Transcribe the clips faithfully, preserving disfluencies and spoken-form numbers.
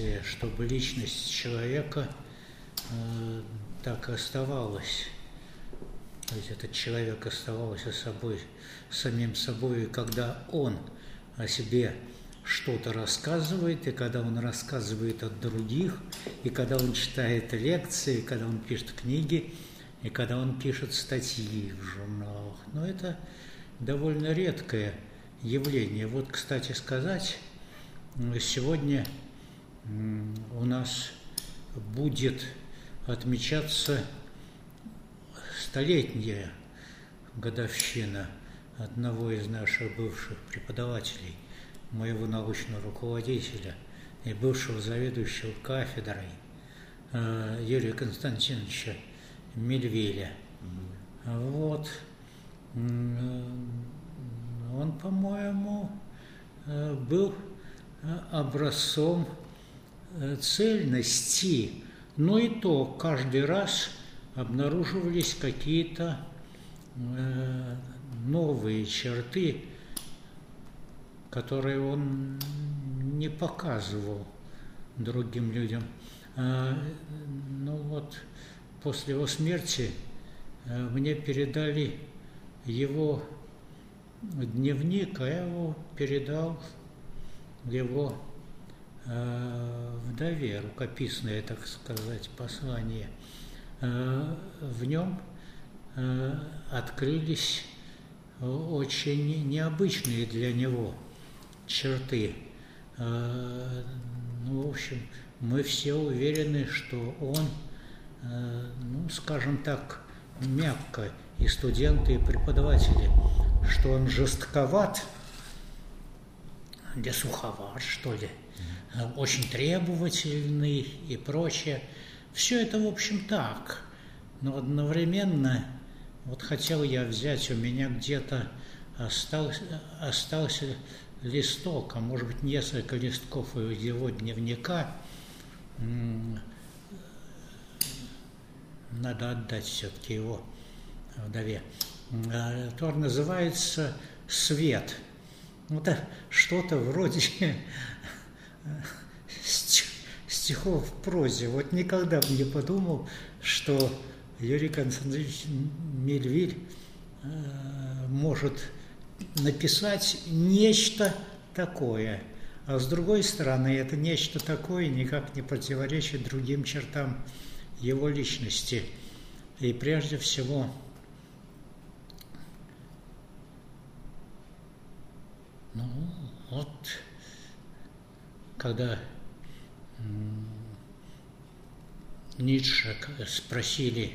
удовольствие, чтобы личность человека э, так и оставалась. То есть этот человек оставался собой, самим собой, и когда он о себе что-то рассказывает, и когда он рассказывает от других, и когда он читает лекции, и когда он пишет книги, и когда он пишет статьи в журналах. Но это довольно редкое явление. Вот, кстати сказать, сегодня у нас будет отмечаться столетняя годовщина одного из наших бывших преподавателей, моего научного руководителя и бывшего заведующего кафедрой Юрия Константиновича Мельвиля. Вот. Он, по-моему, был образцом цельности, но и то каждый раз обнаруживались какие-то новые черты, которые он не показывал другим людям. Ну вот, после его смерти мне передали его дневник, а я его передал его вдове, рукописное, так сказать, послание. В нем открылись очень необычные для него черты. Ну, в общем, мы все уверены, что он, ну, скажем так, мягко, и студенты, и преподаватели, что он жестковат, да суховат, что ли, очень требовательный и прочее. Все это, в общем, так, но одновременно, вот хотел я взять, у меня где-то остался, остался листок, а может быть несколько листков из его дневника. Надо отдать все-таки его вдове. То называется «Свет». Это что-то вроде стихов в прозе. Вот никогда бы не подумал, что Юрий Константинович Мельвиль может написать нечто такое. А с другой стороны, это нечто такое никак не противоречит другим чертам его личности. И прежде всего, ну, вот, когда Ницше спросили,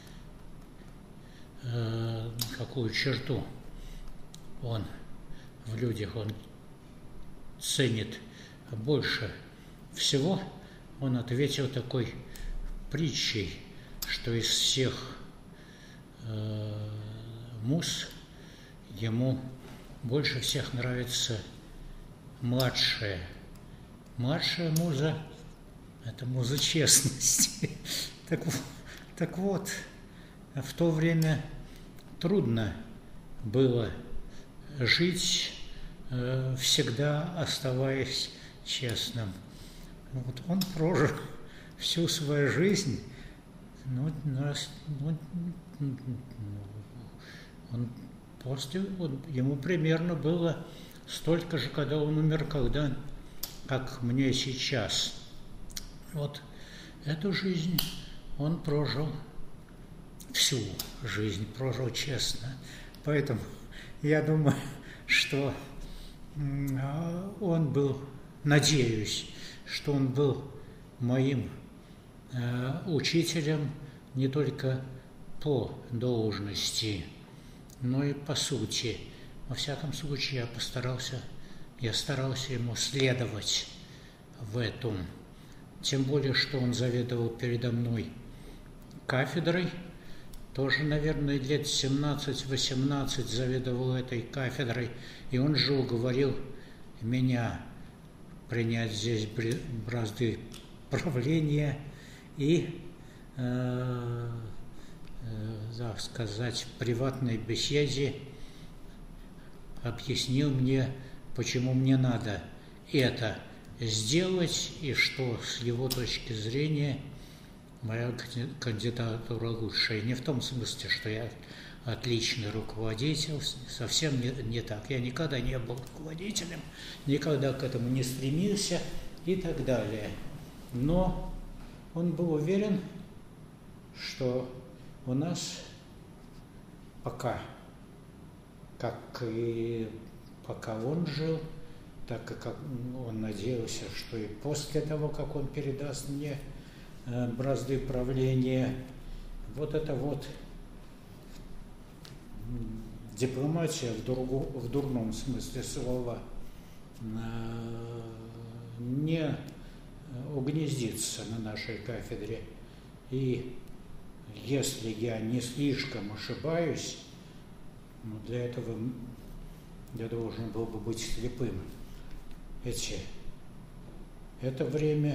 какую черту он в людях он ценит больше всего, он ответил такой притчей, что из всех э, муз ему больше всех нравится младшая. Младшая муза – это муза честности. Так, так вот, в то время трудно было жить, э, всегда оставаясь честным. Вот он прожил всю свою жизнь, ну, ну, он после, он, ему примерно было столько же, когда он умер, когда, как мне сейчас. Вот эту жизнь он прожил, всю жизнь прожил честно. Поэтому я думаю, что он был, надеюсь, что он был моим э, учителем не только по должности, но и по сути. Во всяком случае, я постарался, я старался ему следовать в этом. Тем более, что он заведовал передо мной кафедрой, тоже, наверное, лет семнадцать-восемнадцать заведовал этой кафедрой, и он же уговорил меня принять здесь бразды правления и, э, э, так сказать, в приватной беседе объяснил мне, почему мне надо это сделать, и что с его точки зрения моя кандидатура лучшая. Не в том смысле, что я отличный руководитель, совсем не, не так. Я никогда не был руководителем, никогда к этому не стремился и так далее. Но он был уверен, что у нас пока, как и пока он жил, так и как он надеялся, что и после того, как он передаст мне бразды правления, вот это вот дипломатия в, другу, в дурном смысле слова не угнездится на нашей кафедре. И если я не слишком ошибаюсь, ну, для этого я должен был бы быть слепым. Эти, это время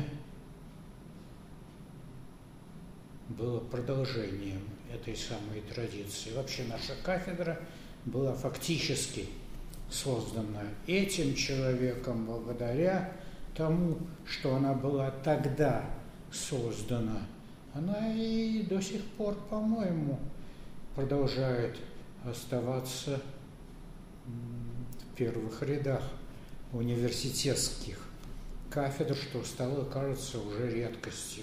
было продолжением этой самой традиции. Вообще наша кафедра была фактически создана этим человеком благодаря тому, что она была тогда создана. Она и до сих пор, по-моему, продолжает оставаться в первых рядах университетских кафедр, что стало, кажется, уже редкостью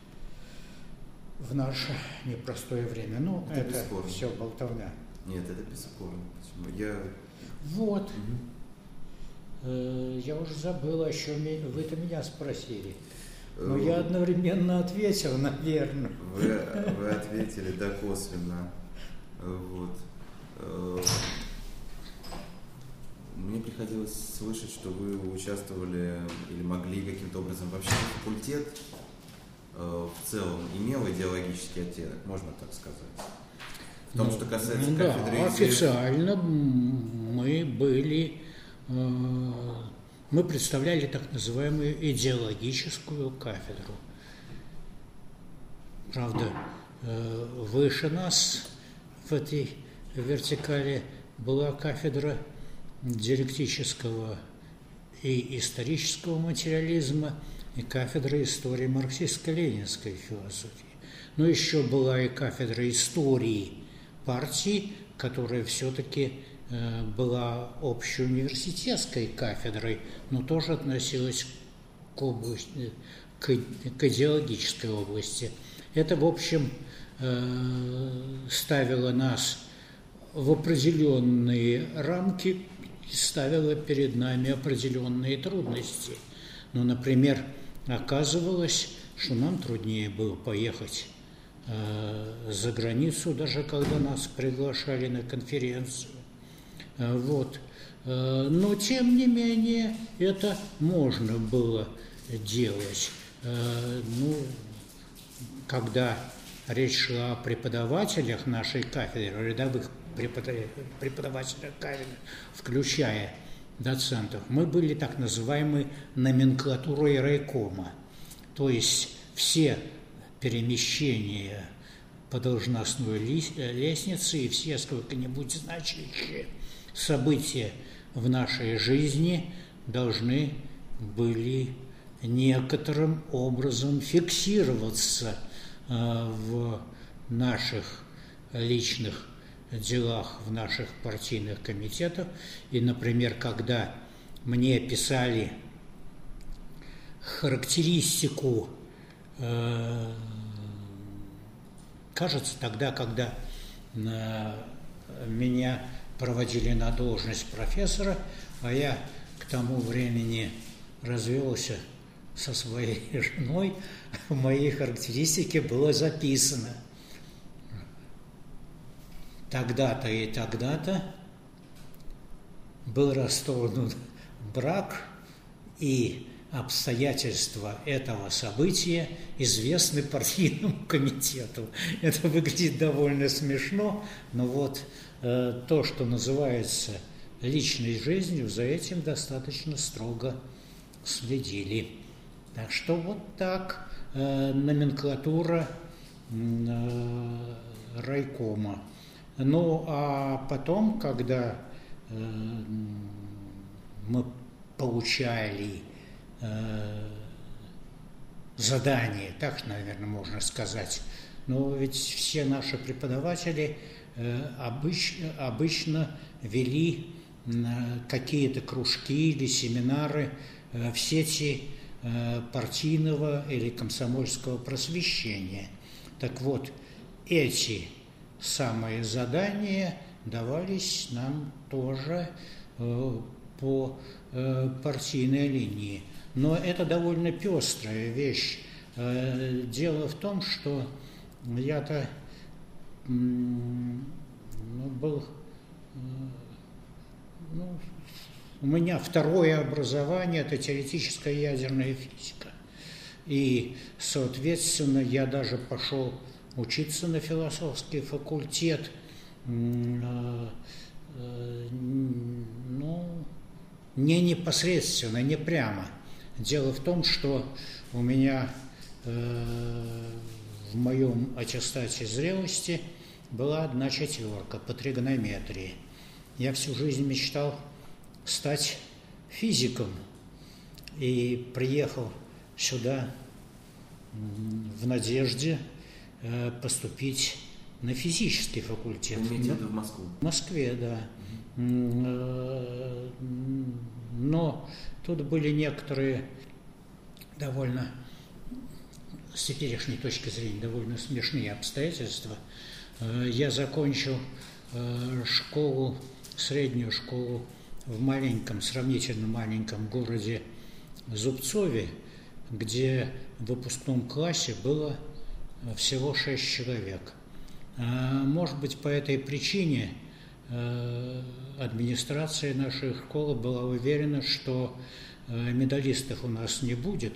в наше непростое время. Ну, это, это все болтовня. Нет, это бесспорно. Почему? Я... Вот. Угу. Я уже забыл, о чем вы-то меня спросили. Но я одновременно ответил, наверное. Вы, вы ответили, да, косвенно. Вот. Мне приходилось слышать, что вы участвовали или могли каким-то образом вообще факультет в целом имел идеологический оттенок, можно так сказать. В том, ну, что касается да, кафедры. Официально мы были, мы представляли так называемую идеологическую кафедру. Правда, выше нас в этой вертикали была кафедра диалектического и исторического материализма и кафедра истории марксистско-ленинской философии. Но еще была и кафедра истории партии, которая все-таки э, была общеуниверситетской кафедрой, но тоже относилась к, области, к, к идеологической области. Это, в общем, э, ставило нас в определенные рамки и ставило перед нами определенные трудности. Ну, например, оказывалось, что нам труднее было поехать э, за границу, даже когда нас приглашали на конференцию. Э, вот. Э, но, тем не менее, это можно было делать. Э, ну, когда речь шла о преподавателях нашей кафедры, рядовых преподавателях кафедры, включая доцентов, мы были так называемой номенклатурой райкома. То есть все перемещения по должностной лестнице и все сколько-нибудь значащие события в нашей жизни должны были некоторым образом фиксироваться в наших личных делах, в наших партийных комитетах. И, например, когда мне писали характеристику, э, кажется, тогда, когда э, меня проводили на должность профессора, а я к тому времени развелся со своей женой, в моей характеристике было записано: тогда-то и тогда-то был расторгнут брак, и обстоятельства этого события известны партийному комитету. Это выглядит довольно смешно, но вот э, то, что называется личной жизнью, за этим достаточно строго следили. Так что вот так э, номенклатура э, райкома. Ну, а потом, когда э, мы получали задание, так, наверное, можно сказать. Но ведь все наши преподаватели обычно, обычно вели какие-то кружки или семинары в сети партийного или комсомольского просвещения. Так вот, эти самые задания давались нам тоже по партийной линии. Но это довольно пестрая вещь. Дело в том, что я-то ну, был... Ну, у меня второе образование – это теоретическая ядерная физика. И, соответственно, я даже пошел учиться на философский факультет. Ну, не непосредственно, не прямо. Дело в том, что у меня э, в моем аттестате зрелости была одна четверка по тригонометрии. Я всю жизнь мечтал стать физиком и приехал сюда в надежде э, поступить на физический факультет. Вы имеете в виду в Москву? В Москве, да. Mm-hmm. Но тут были некоторые довольно, с теперешней точки зрения, довольно смешные обстоятельства. Я закончил школу, среднюю школу в маленьком, сравнительно маленьком городе Зубцове, где в выпускном классе было всего шесть человек. Может быть, по этой причине администрация нашей школы была уверена, что медалистов у нас не будет.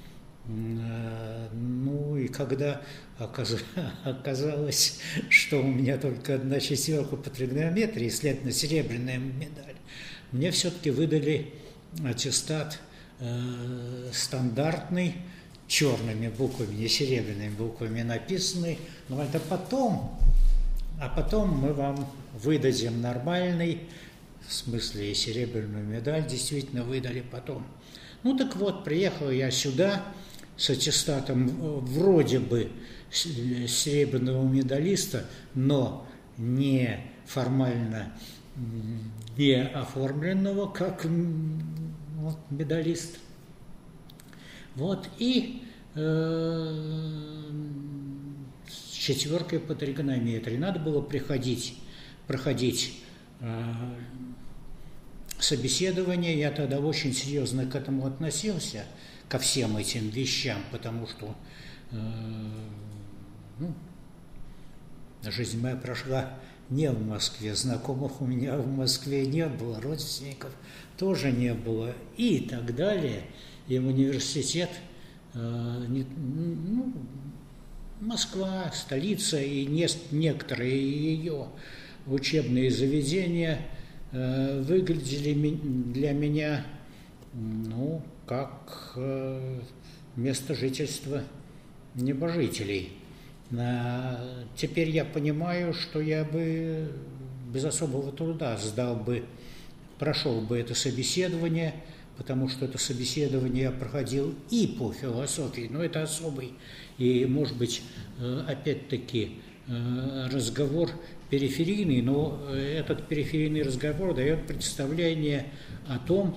Ну и когда оказалось, что у меня только одна четверка по тригонометрии, следовательно, серебряная медаль, мне все-таки выдали аттестат э, стандартный, черными буквами, не серебряными буквами написанный, но это потом, а потом мы вам выдадим нормальный, в смысле серебряную медаль, действительно выдали потом. Ну так вот, приехал я сюда с аттестатом вроде бы серебряного медалиста, но не формально не оформленного как вот, медалист. Вот, и э, с четверкой по тригонометрии. Надо было приходить, проходить э, собеседование. Я тогда очень серьезно к этому относился, ко всем этим вещам, потому что э, ну, жизнь моя прошла не в Москве, знакомых у меня в Москве не было, родственников тоже не было и так далее. И в университет, э, не, ну, Москва, столица и не, некоторые ее учебные заведения э, выглядели для меня, ну, как э, место жительства небожителей. А теперь я понимаю, что я бы без особого труда сдал бы, прошел бы это собеседование, потому что это собеседование я проходил и по философии, но это особый и, может быть, опять-таки разговор периферийный, но этот периферийный разговор дает представление о том,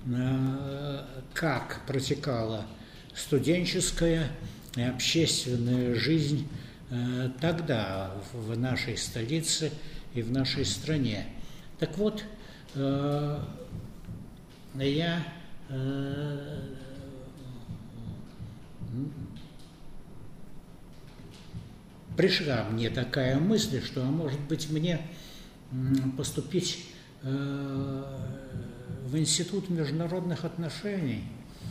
как протекала студенческая и общественная жизнь тогда в нашей столице и в нашей стране. Так вот, я пришла мне такая мысль, что, может быть, мне поступить в Институт международных отношений.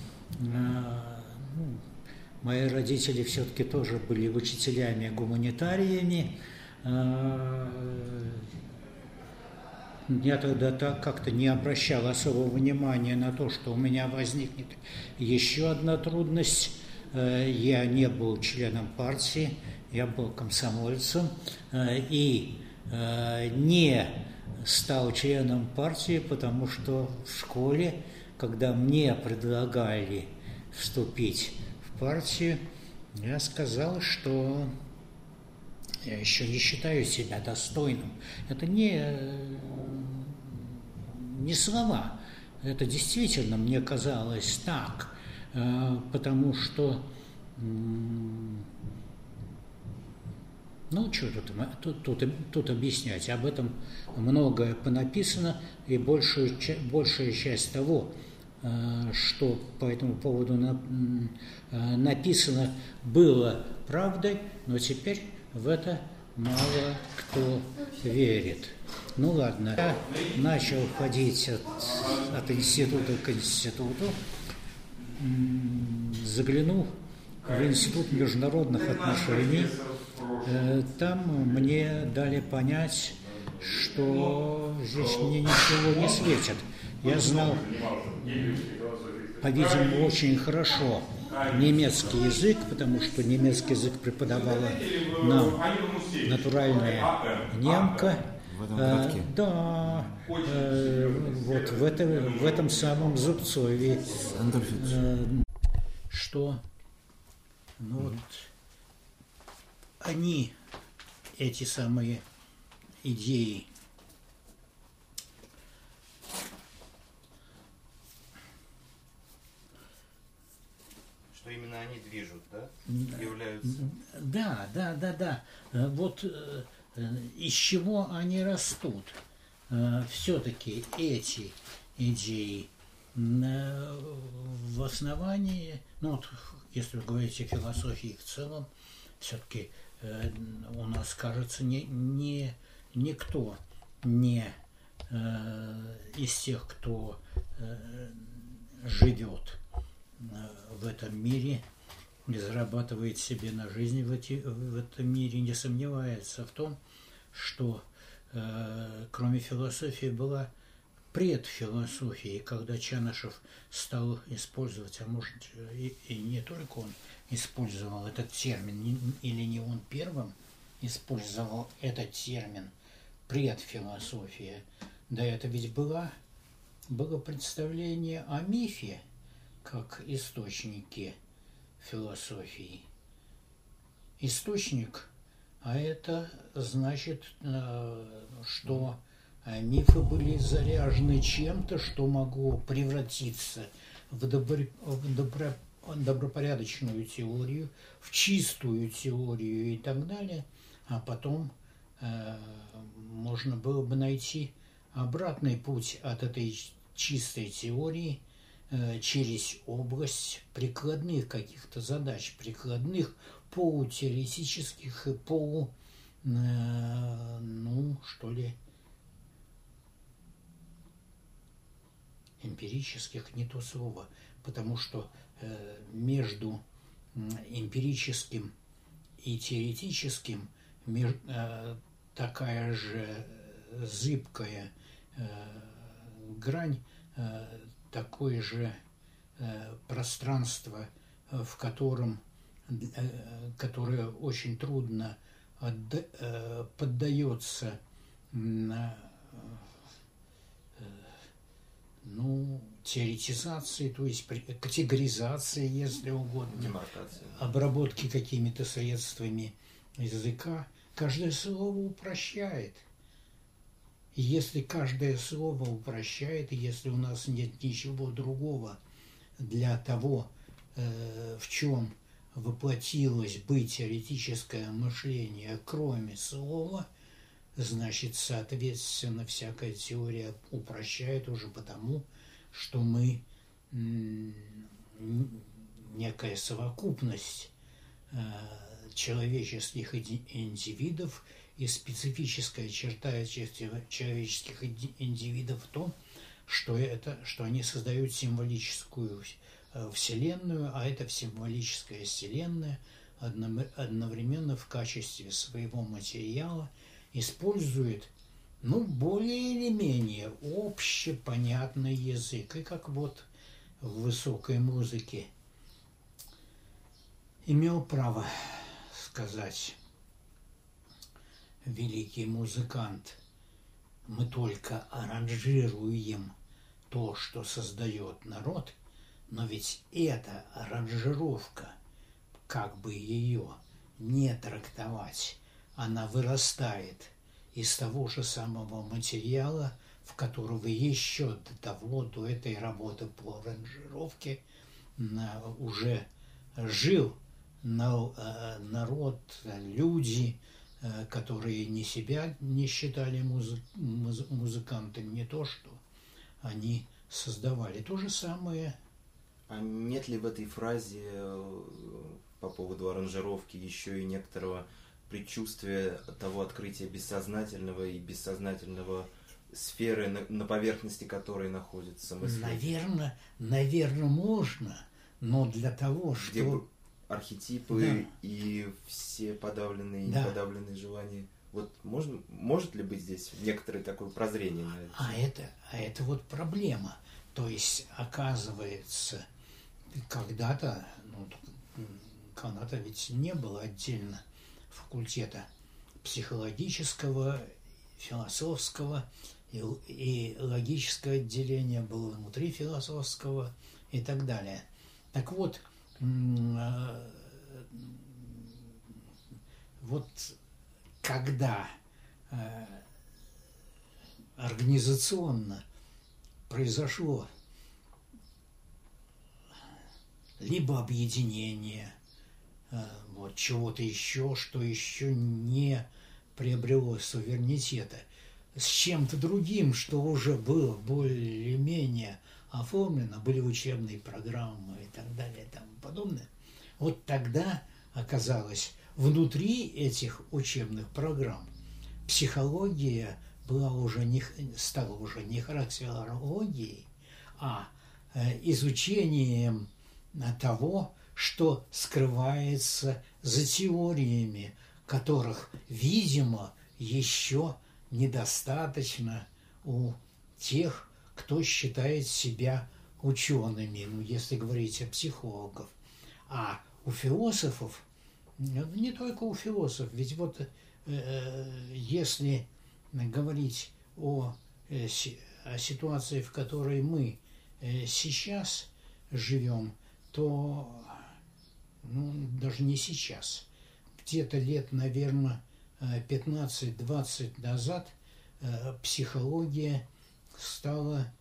Мои родители все-таки тоже были учителями-гуманитариями. Я тогда так как-то не обращал особого внимания на то, что у меня возникнет еще одна трудность. Я не был членом партии, я был комсомольцем и не стал членом партии, потому что в школе когда мне предлагали вступить в партию, я сказал, что я еще не считаю себя достойным. Это не, не слова. Это действительно мне казалось так, потому что, ну, что тут, тут, тут, тут объяснять, об этом многое понаписано, и большую, большая часть того, что по этому поводу написано, было правдой, но теперь в это мало кто верит. Ну ладно, я начал ходить от, от института к институту, заглянул в Институт международных отношений. Там мне дали понять, что здесь мне ничего не светит. Я знал, по-видимому, очень хорошо немецкий язык, потому что немецкий язык преподавала нам натуральная немка. В этом городке? Да, э, вот в, это, в этом самом Зубцове. Э, что, ну вот, они, эти самые идеи, что именно они движут, да? Являются. Да, да, да, да. Вот из чего они растут. Все-таки эти идеи в основании, ну вот, если вы говорите о философии в целом, все-таки у нас, кажется, не, не, никто не из тех, кто живет в этом мире, не зарабатывает себе на жизнь в, эти, в этом мире, не сомневается в том, что э, кроме философии была предфилософия, когда Чанышев стал использовать, а может и, и не только он использовал этот термин, не, или не он первым использовал этот термин предфилософия, да это ведь была, было представление о мифе как источнике философии. Источник, а это значит, что мифы были заряжены чем-то, что могло превратиться в, добро, в добро, добропорядочную теорию, в чистую теорию и так далее, а потом э, можно было бы найти обратный путь от этой чистой теории через область прикладных каких-то задач, прикладных, полутеоретических и полу, э, ну, что ли, эмпирических, не то слово, потому что э, между эмпирическим и теоретическим меж, э, такая же зыбкая э, грань, э, такое же э, пространство, э, в котором, э, которое очень трудно отда- э, поддается на, э, ну, теоретизации, то есть категоризации, если угодно, демаркации, обработки какими-то средствами языка. Каждое слово упрощает. И если каждое слово упрощает, и если у нас нет ничего другого для того, э, в чем воплотилось бы теоретическое мышление, кроме слова, значит, соответственно, всякая теория упрощает уже потому, что мы м- некая совокупность э, человеческих индивидов, и специфическая черта человеческих индивидов в том, что, это, что они создают символическую вселенную, а эта символическая вселенная одновременно в качестве своего материала использует, ну, более или менее общепонятный язык. И как вот в высокой музыке имел право сказать великий музыкант: мы только аранжируем то, что создает народ, но ведь эта аранжировка, как бы ее не трактовать, она вырастает из того же самого материала, в которого еще до того, до этой работы по аранжировке уже жил народ, люди, которые не себя не считали музы, муз, музыкантами, не то, что они создавали. То же самое. А нет ли в этой фразе по поводу аранжировки еще и некоторого предчувствия того открытия бессознательного и бессознательного сферы, на, на поверхности которой находится мысль? Наверное, наверное, можно, но для того, что... Где архетипы, да, и все подавленные и, да, неподавленные желания. Вот можно, может ли быть здесь некоторое такое прозрение на это? А это, а это вот проблема. То есть, оказывается, когда-то, ну, когда-то ведь не было отдельно факультета психологического, философского и, и логическое отделение было внутри философского и так далее. Так вот, вот когда э, организационно произошло либо объединение э, вот чего-то еще, что еще не приобрело суверенитета, с чем-то другим, что уже было более-менее оформлено, были учебные программы и так далее и тому подобное, вот тогда оказалось, внутри этих учебных программ психология была уже не, стала уже не характерологией, а изучением того, что скрывается за теориями, которых, видимо, еще недостаточно у тех, кто считает себя учеными, ну, если говорить о психологах. А у философов, не только у философов, ведь вот э, если говорить о, э, о ситуации, в которой мы э, сейчас живем, то, ну, даже не сейчас, где-то лет, наверное, пятнадцать-двадцать назад э, психология стала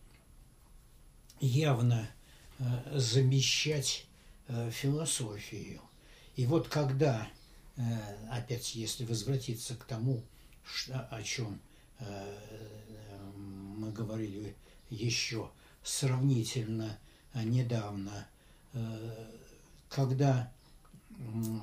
явно э, замещать э, философию. И вот когда, э, опять если возвратиться к тому, что, о чем э, мы говорили еще сравнительно недавно, э, когда э,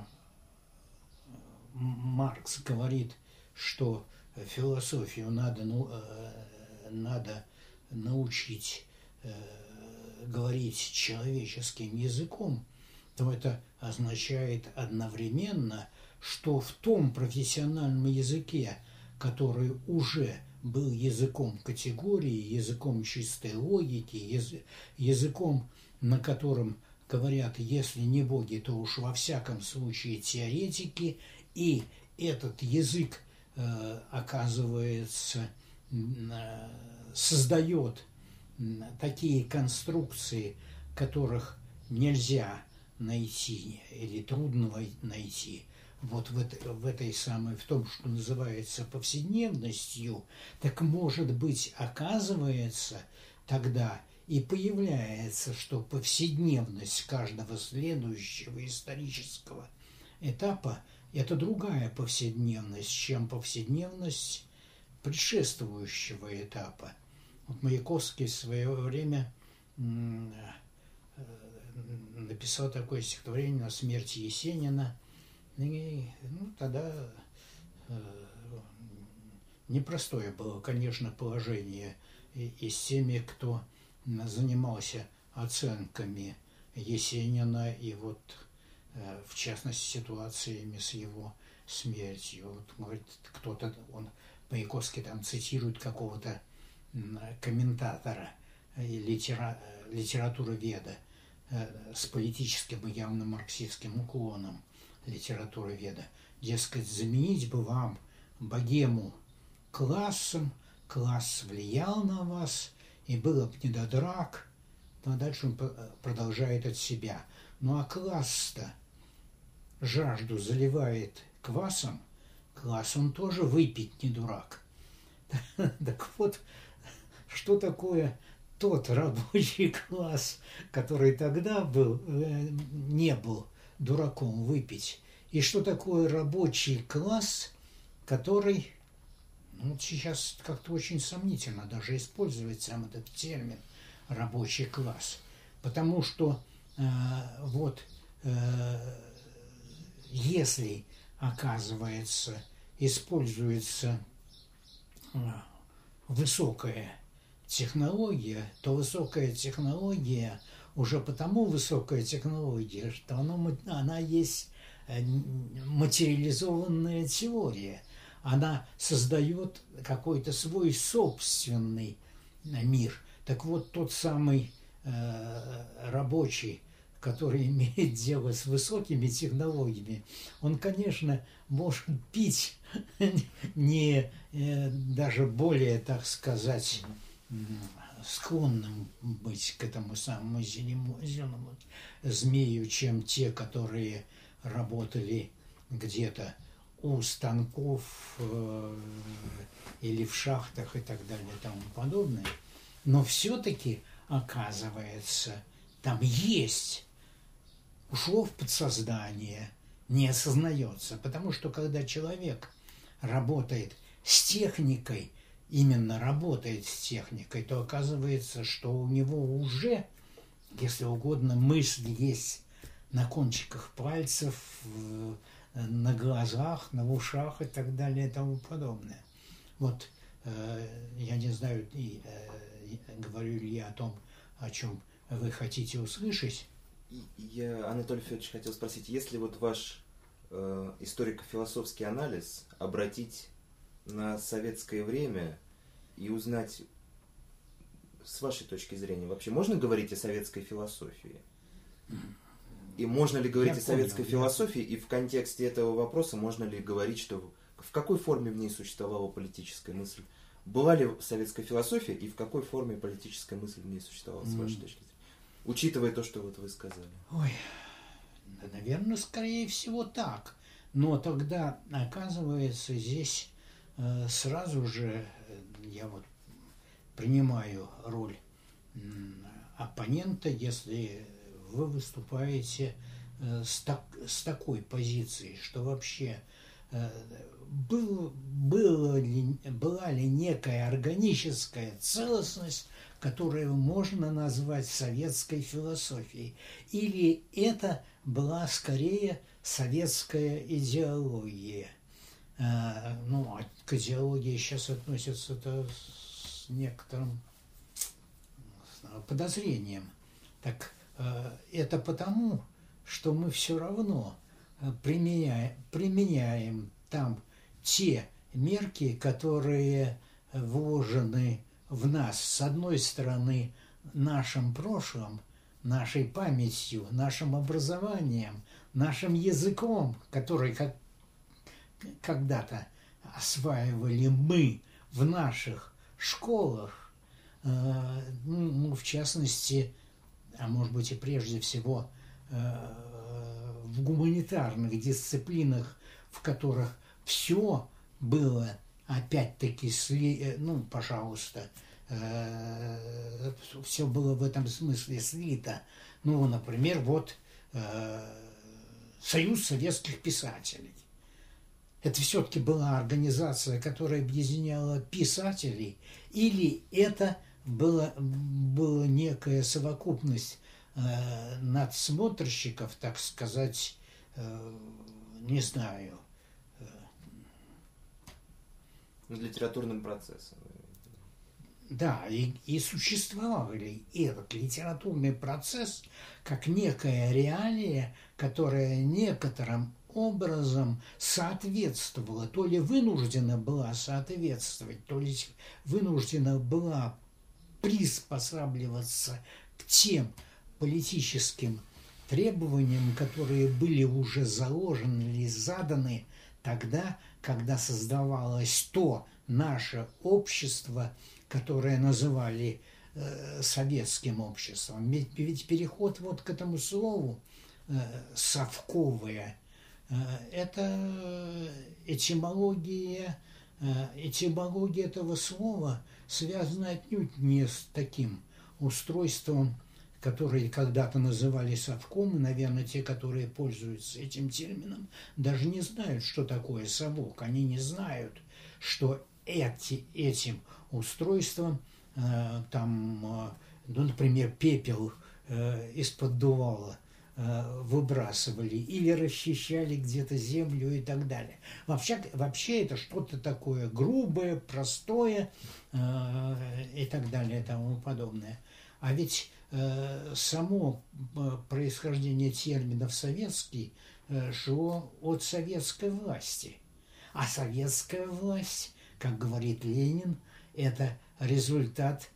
Маркс говорит, что философию надо, ну, э, надо научить э, говорить человеческим языком, то это означает одновременно, что в том профессиональном языке, который уже был языком категории, языком чистой логики, язы, языком, на котором говорят, если не боги, то уж во всяком случае теоретики, и этот язык, э, оказывается, э, создает такие конструкции, которых нельзя найти или трудно найти вот в этой, в этой самой, в том, что называется повседневностью, так, может быть, оказывается, тогда и появляется, что повседневность каждого следующего исторического этапа – это другая повседневность, чем повседневность предшествующего этапа. Вот Маяковский в свое время написал такое стихотворение «На смерть Есенина». И, ну, тогда э, непростое было, конечно, положение и, и с теми, кто занимался оценками Есенина и вот, э, в частности, ситуациями с его смертью. Вот, говорит, кто-то, он, Маяковский там цитирует какого-то комментатора литера, литературоведа э, с политическим и явно марксистским уклоном литературоведа. Дескать, заменить бы вам богему классом, класс влиял на вас, и было бы не до драк, то дальше он продолжает от себя. Ну а класс-то жажду заливает квасом, класс он тоже выпить не дурак. Так вот, что такое тот рабочий класс, который тогда был, не был дураком выпить, и что такое рабочий класс, который, ну, сейчас как-то очень сомнительно даже использовать сам этот термин рабочий класс, потому что э, вот э, если, оказывается, используется э, высокая технология, то высокая технология уже потому высокая технология, что она, она есть материализованная теория. Она создает какой-то свой собственный мир. Так вот, тот самый э, рабочий, который имеет дело с высокими технологиями, он, конечно, может пить не э, даже более, так сказать, склонным быть к этому самому зеленому змею, чем те, которые работали где-то у станков э, или в шахтах и так далее и тому подобное. Но все-таки, оказывается, там есть, ушло в подсознание, не осознается. Потому что когда человек работает с техникой, именно работает с техникой, то оказывается, что у него уже, если угодно, мысль есть на кончиках пальцев, на глазах, на ушах и так далее и тому подобное. Вот э, я не знаю, и, э, говорю ли я о том, о чем вы хотите услышать. Я, Анатолий Федорович, хотел спросить, если вот ваш э, историко-философский анализ обратить на советское время и узнать с вашей точки зрения, вообще можно говорить о советской философии? И можно ли говорить я о советской понял, философии, я... и в контексте этого вопроса можно ли говорить, что в какой форме в ней существовала политическая мысль? Была ли советская философия, и в какой форме политическая мысль в ней существовала, с вашей mm. точки зрения? Учитывая то, что вот вы сказали. Ой, да, наверное, скорее всего так. Но тогда, оказывается, здесь э, сразу же я вот принимаю роль э, оппонента, если вы выступаете э, с, так, с такой позицией, что вообще э, был, было ли, была ли некая органическая целостность, которую можно назвать советской философией, или это была скорее советская идеология. Э, ну, а к идеологии сейчас относятся-то с некоторым подозрением. Так это потому, что мы все равно применяем, применяем там те мерки, которые вложены в нас, с одной стороны, нашим прошлым, нашей памятью, нашим образованием, нашим языком, который как, когда-то осваивали мы в наших школах, ну, в частности, а может быть и прежде всего в гуманитарных дисциплинах, в которых все было опять-таки, сли, ну, пожалуйста, все было в этом смысле слито. Ну, например, вот Союз советских писателей. Это все-таки была организация, которая объединяла писателей, или это была, была некая совокупность э, надсмотрщиков, так сказать, э, не знаю. Э, литературным процессом. Да, и, и существовал ли этот литературный процесс как некая реалия, которая некоторым образом соответствовала, то ли вынуждена была соответствовать, то ли вынуждена была приспосабливаться к тем политическим требованиям, которые были уже заложены или заданы тогда, когда создавалось то наше общество, которое называли э, советским обществом. Ведь, ведь переход вот к этому слову э, «совковое» э, – это этимология, э, этимология этого слова связана отнюдь не с таким устройством, которые когда-то называли совком, и, наверное, те, которые пользуются этим термином, даже не знают, что такое совок. Они не знают, что эти, этим устройством, э, там, э, ну, например, пепел э, из-под дувала э, выбрасывали или расчищали где-то землю и так далее. Вообще, вообще это что-то такое грубое, простое э, и так далее и тому подобное. А ведь э, само происхождение терминов «советский» э, шло от советской власти. А советская власть, как говорит Ленин, это результат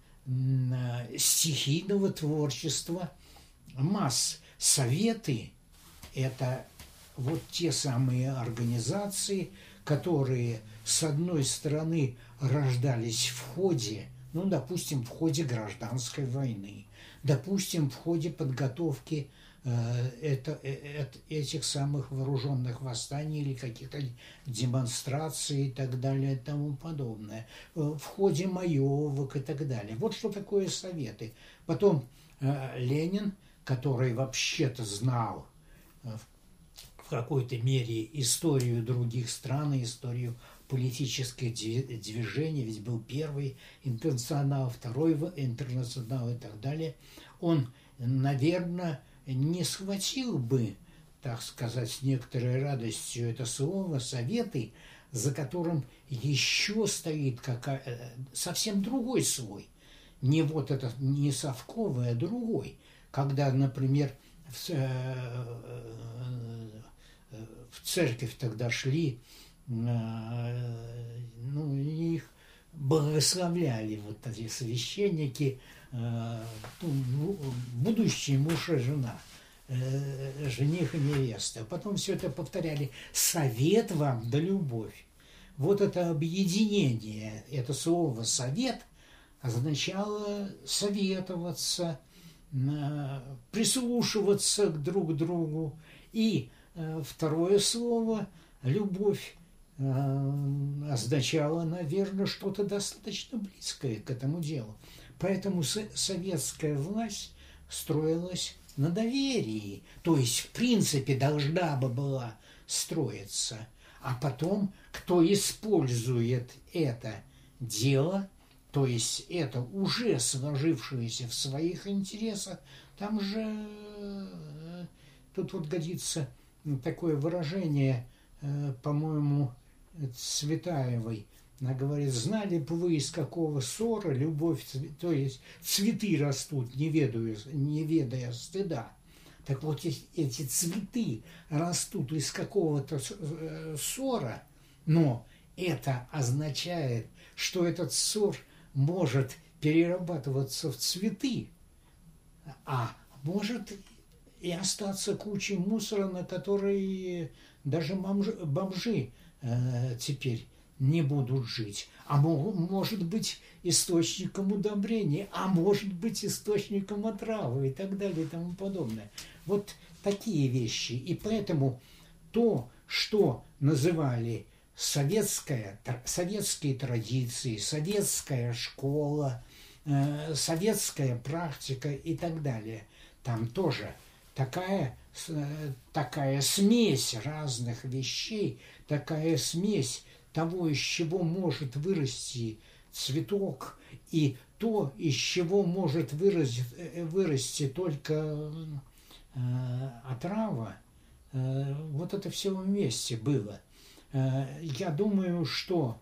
э, стихийного творчества масс. Советы – это вот те самые организации, которые, с одной стороны, рождались в ходе, ну, допустим, в ходе гражданской войны, допустим, в ходе подготовки э, это, э, этих самых вооруженных восстаний или каких-то демонстраций и так далее и тому подобное, э, в ходе маевок и так далее. Вот что такое советы. Потом э, Ленин, который вообще-то знал э, в какой-то мере историю других стран, историю политических движений, ведь был первый интернационал, второй интернационал и так далее, он, наверное, не схватил бы, так сказать, с некоторой радостью это слово «советы», за которым еще стоит какая, совсем другой слой. Не вот этот, не совковый, а другой. Когда, например, в, в церковь тогда шли, ну, их благословляли вот эти священники, ну, будущий муж и жена, жених и невеста. Потом все это повторяли: «Совет вам да любовь». Вот это объединение, это слово «совет» означало советоваться, прислушиваться друг к другу. И второе слово «любовь» означало, наверное, что-то достаточно близкое к этому делу. Поэтому советская власть строилась на доверии, то есть, в принципе, должна бы была строиться. А потом, кто использует это дело, то есть это уже сложившееся в своих интересах, там же, тут вот годится такое выражение, по-моему, Цветаевой. Она говорит: знали бы вы, из какого ссора любовь, то есть цветы растут, не ведая, не ведая стыда. Так вот, эти цветы растут из какого-то ссора, но это означает, что этот ссор может перерабатываться в цветы, а может и остаться кучей мусора, на который даже бомжи, бомжи э, теперь не будут жить. А может быть источником удобрения, а может быть источником отравы и так далее и тому подобное. Вот такие вещи. И поэтому то, что называли советская, советские традиции, советская школа, э, советская практика и так далее, там тоже такая, такая смесь разных вещей, такая смесь того, из чего может вырасти цветок, и то, из чего может вырасти, вырасти только э, отрава, э, вот это все вместе было. Э, я думаю, что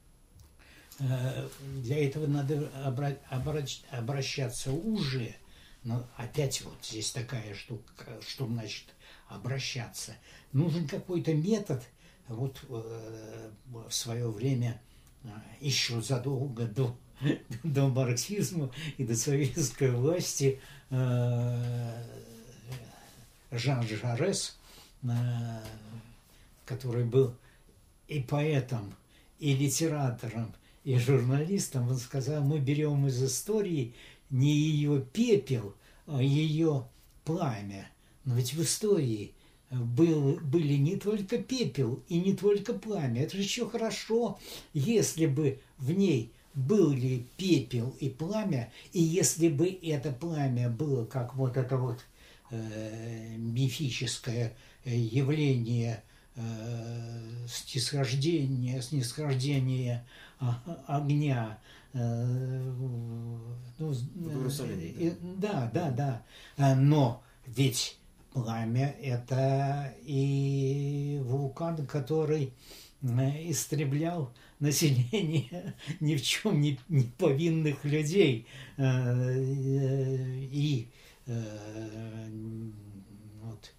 э, для этого надо обра- обращ- обращаться уже. Но опять вот здесь такая штука, что значит обращаться. Нужен какой-то метод. Вот э, в свое время, э, еще задолго до, до марксизма и до советской власти, э, Жан Жарес, э, который был и поэтом, и литератором, и журналистом, он сказал: мы берем из истории не ее пепел, а ее пламя. Но ведь в истории был, были не только пепел и не только пламя. Это же еще хорошо, если бы в ней были пепел и пламя, и если бы это пламя было как вот это вот э, мифическое явление э, снисхождения, снисхождения огня. Э, ну, э, да, да, да. Но ведь пламя – это и вулкан, который истреблял население ни в чем не, не повинных людей. И вот,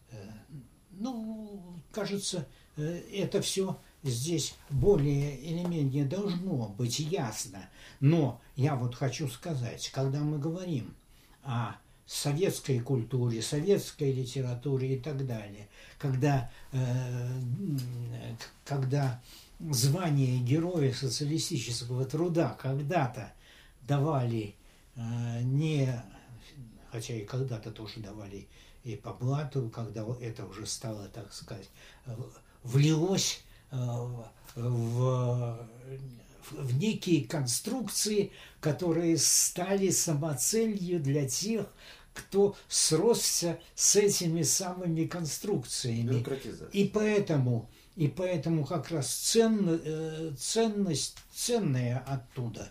ну, кажется, это все здесь более или менее должно быть ясно. Но я вот хочу сказать, когда мы говорим о советской культуре, советской литературе и так далее, когда, э, когда звание Героя социалистического труда когда-то давали э, не, хотя и когда-то тоже давали и по блату, когда это уже стало, так сказать, влилось э, в, в некие конструкции, которые стали самоцелью для тех, кто сросся с этими самыми конструкциями. И поэтому, и поэтому как раз цен, ценность, ценная оттуда,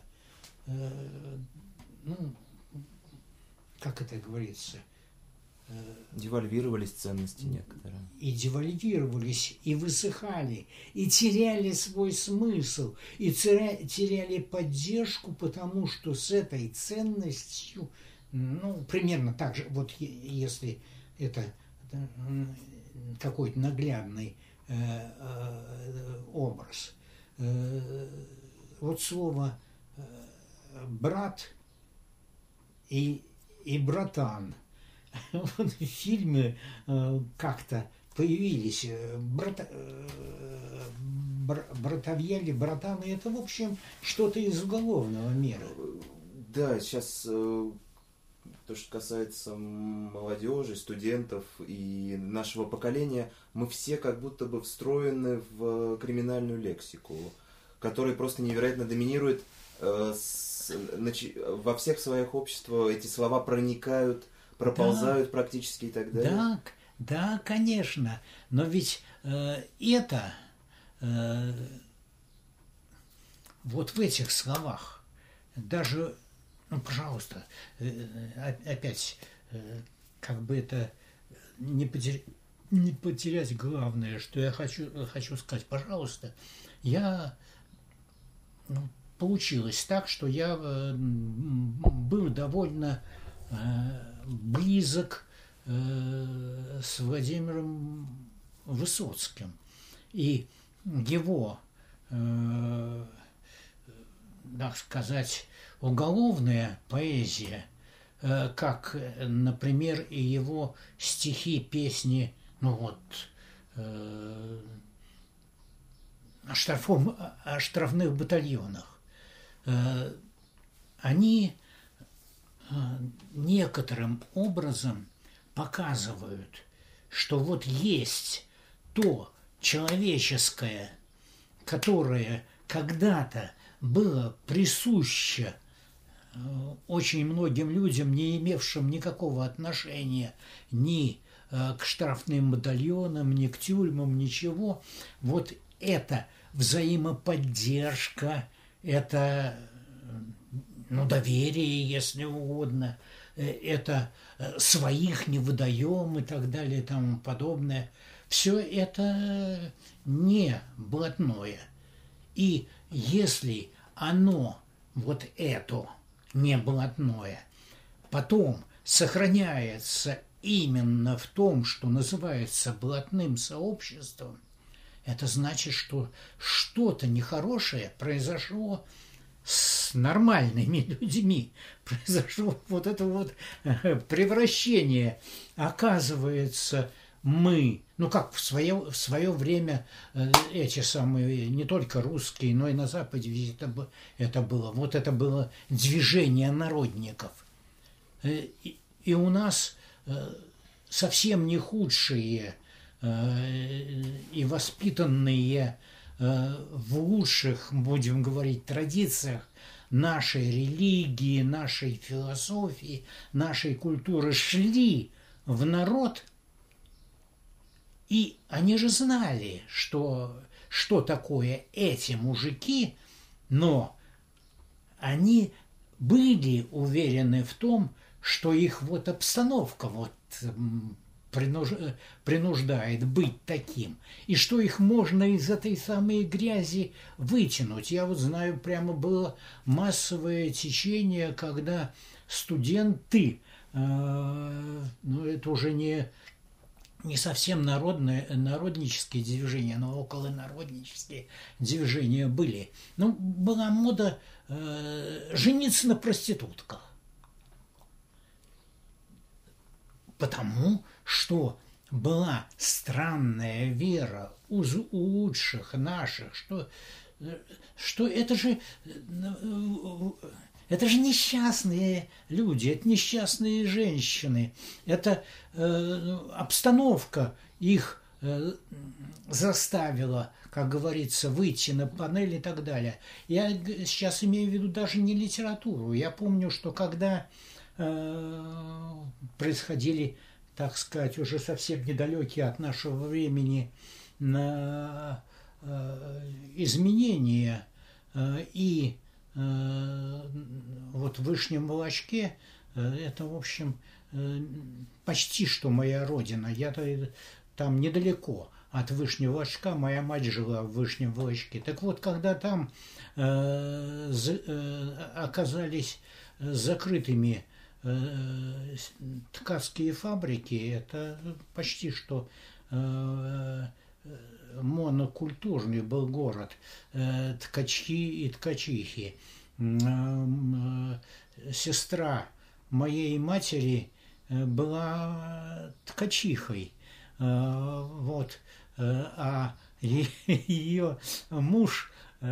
ну, как это говорится, девальвировались ценности некоторые. И девальвировались, и высыхали, и теряли свой смысл, и теряли поддержку, потому что с этой ценностью, ну, примерно так же, вот если это какой-то наглядный э, э, образ. Э, вот слово э, брат и, и братан. Вот в фильме э, как-то появились брат, э, бр, братовья или братаны. Это, в общем, что-то из уголовного мира. Да, сейчас э, то, что касается молодежи, студентов и нашего поколения, мы все как будто бы встроены в криминальную лексику, которая просто невероятно доминирует. Э, с, нач, во всех слоях общества эти слова проникают, проползают, да, практически и так далее. Да, да, конечно. Но ведь э, это э, вот в этих словах даже, ну, пожалуйста, э, опять, э, как бы это не потерять, не потерять главное, что я хочу, хочу сказать, пожалуйста, я, ну, получилось так, что я э, был довольно близок э, с Владимиром Высоцким. И его, э, так сказать, уголовная поэзия, э, как, например, и его стихи, песни, ну вот, э, о, штрафом, о штрафных батальонах, э, они некоторым образом показывают, что вот есть то человеческое, которое когда-то было присуще очень многим людям, не имевшим никакого отношения ни к штрафным батальонам, ни к тюрьмам, ничего. Вот это взаимоподдержка, это, ну, доверие, если угодно, это своих не выдаем и так далее и тому подобное. Все это не блатное. И если оно, вот это, не блатное, потом сохраняется именно в том, что называется блатным сообществом, это значит, что что-то нехорошее произошло с нормальными людьми. Произошло вот это вот превращение. Оказывается, мы, ну как в свое, в свое время эти самые, не только русские, но и на Западе ведь это, это было, вот это было движение народников. И, и у нас совсем не худшие и воспитанные в лучших, будем говорить, традициях нашей религии, нашей философии, нашей культуры шли в народ, и они же знали, что, что такое эти мужики, но они были уверены в том, что их вот обстановка вот принуждает быть таким, и что их можно из этой самой грязи вытянуть. Я вот знаю, прямо было массовое течение, когда студенты, э, ну это уже не, не совсем народное, народнические движения, но околонароднические движения были. Ну, была мода э, жениться на проститутках. Потому что была странная вера у, у лучших наших, что, что это же, это же несчастные люди, это несчастные женщины, это э, обстановка их э, заставила, как говорится, выйти на панель и так далее. Я сейчас имею в виду даже не литературу. Я помню, что когда происходили, так сказать, уже совсем недалекие от нашего времени на изменения, и вот в Вышнем Волочке, это, в общем, почти что моя родина, я-то там недалеко от Вышнего Волочка, моя мать жила в Вышнем Волочке. Так вот, когда там оказались закрытыми ткацкие фабрики, это почти что монокультурный был город, ткачи и ткачихи. Сестра моей матери была ткачихой, вот, а ее муж,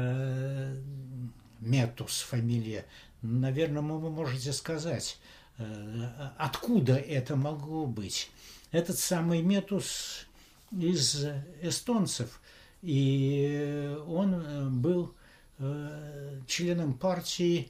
Метус фамилия, наверное, вы можете сказать, откуда это могло быть. Этот самый Метус из эстонцев, и он был членом партии,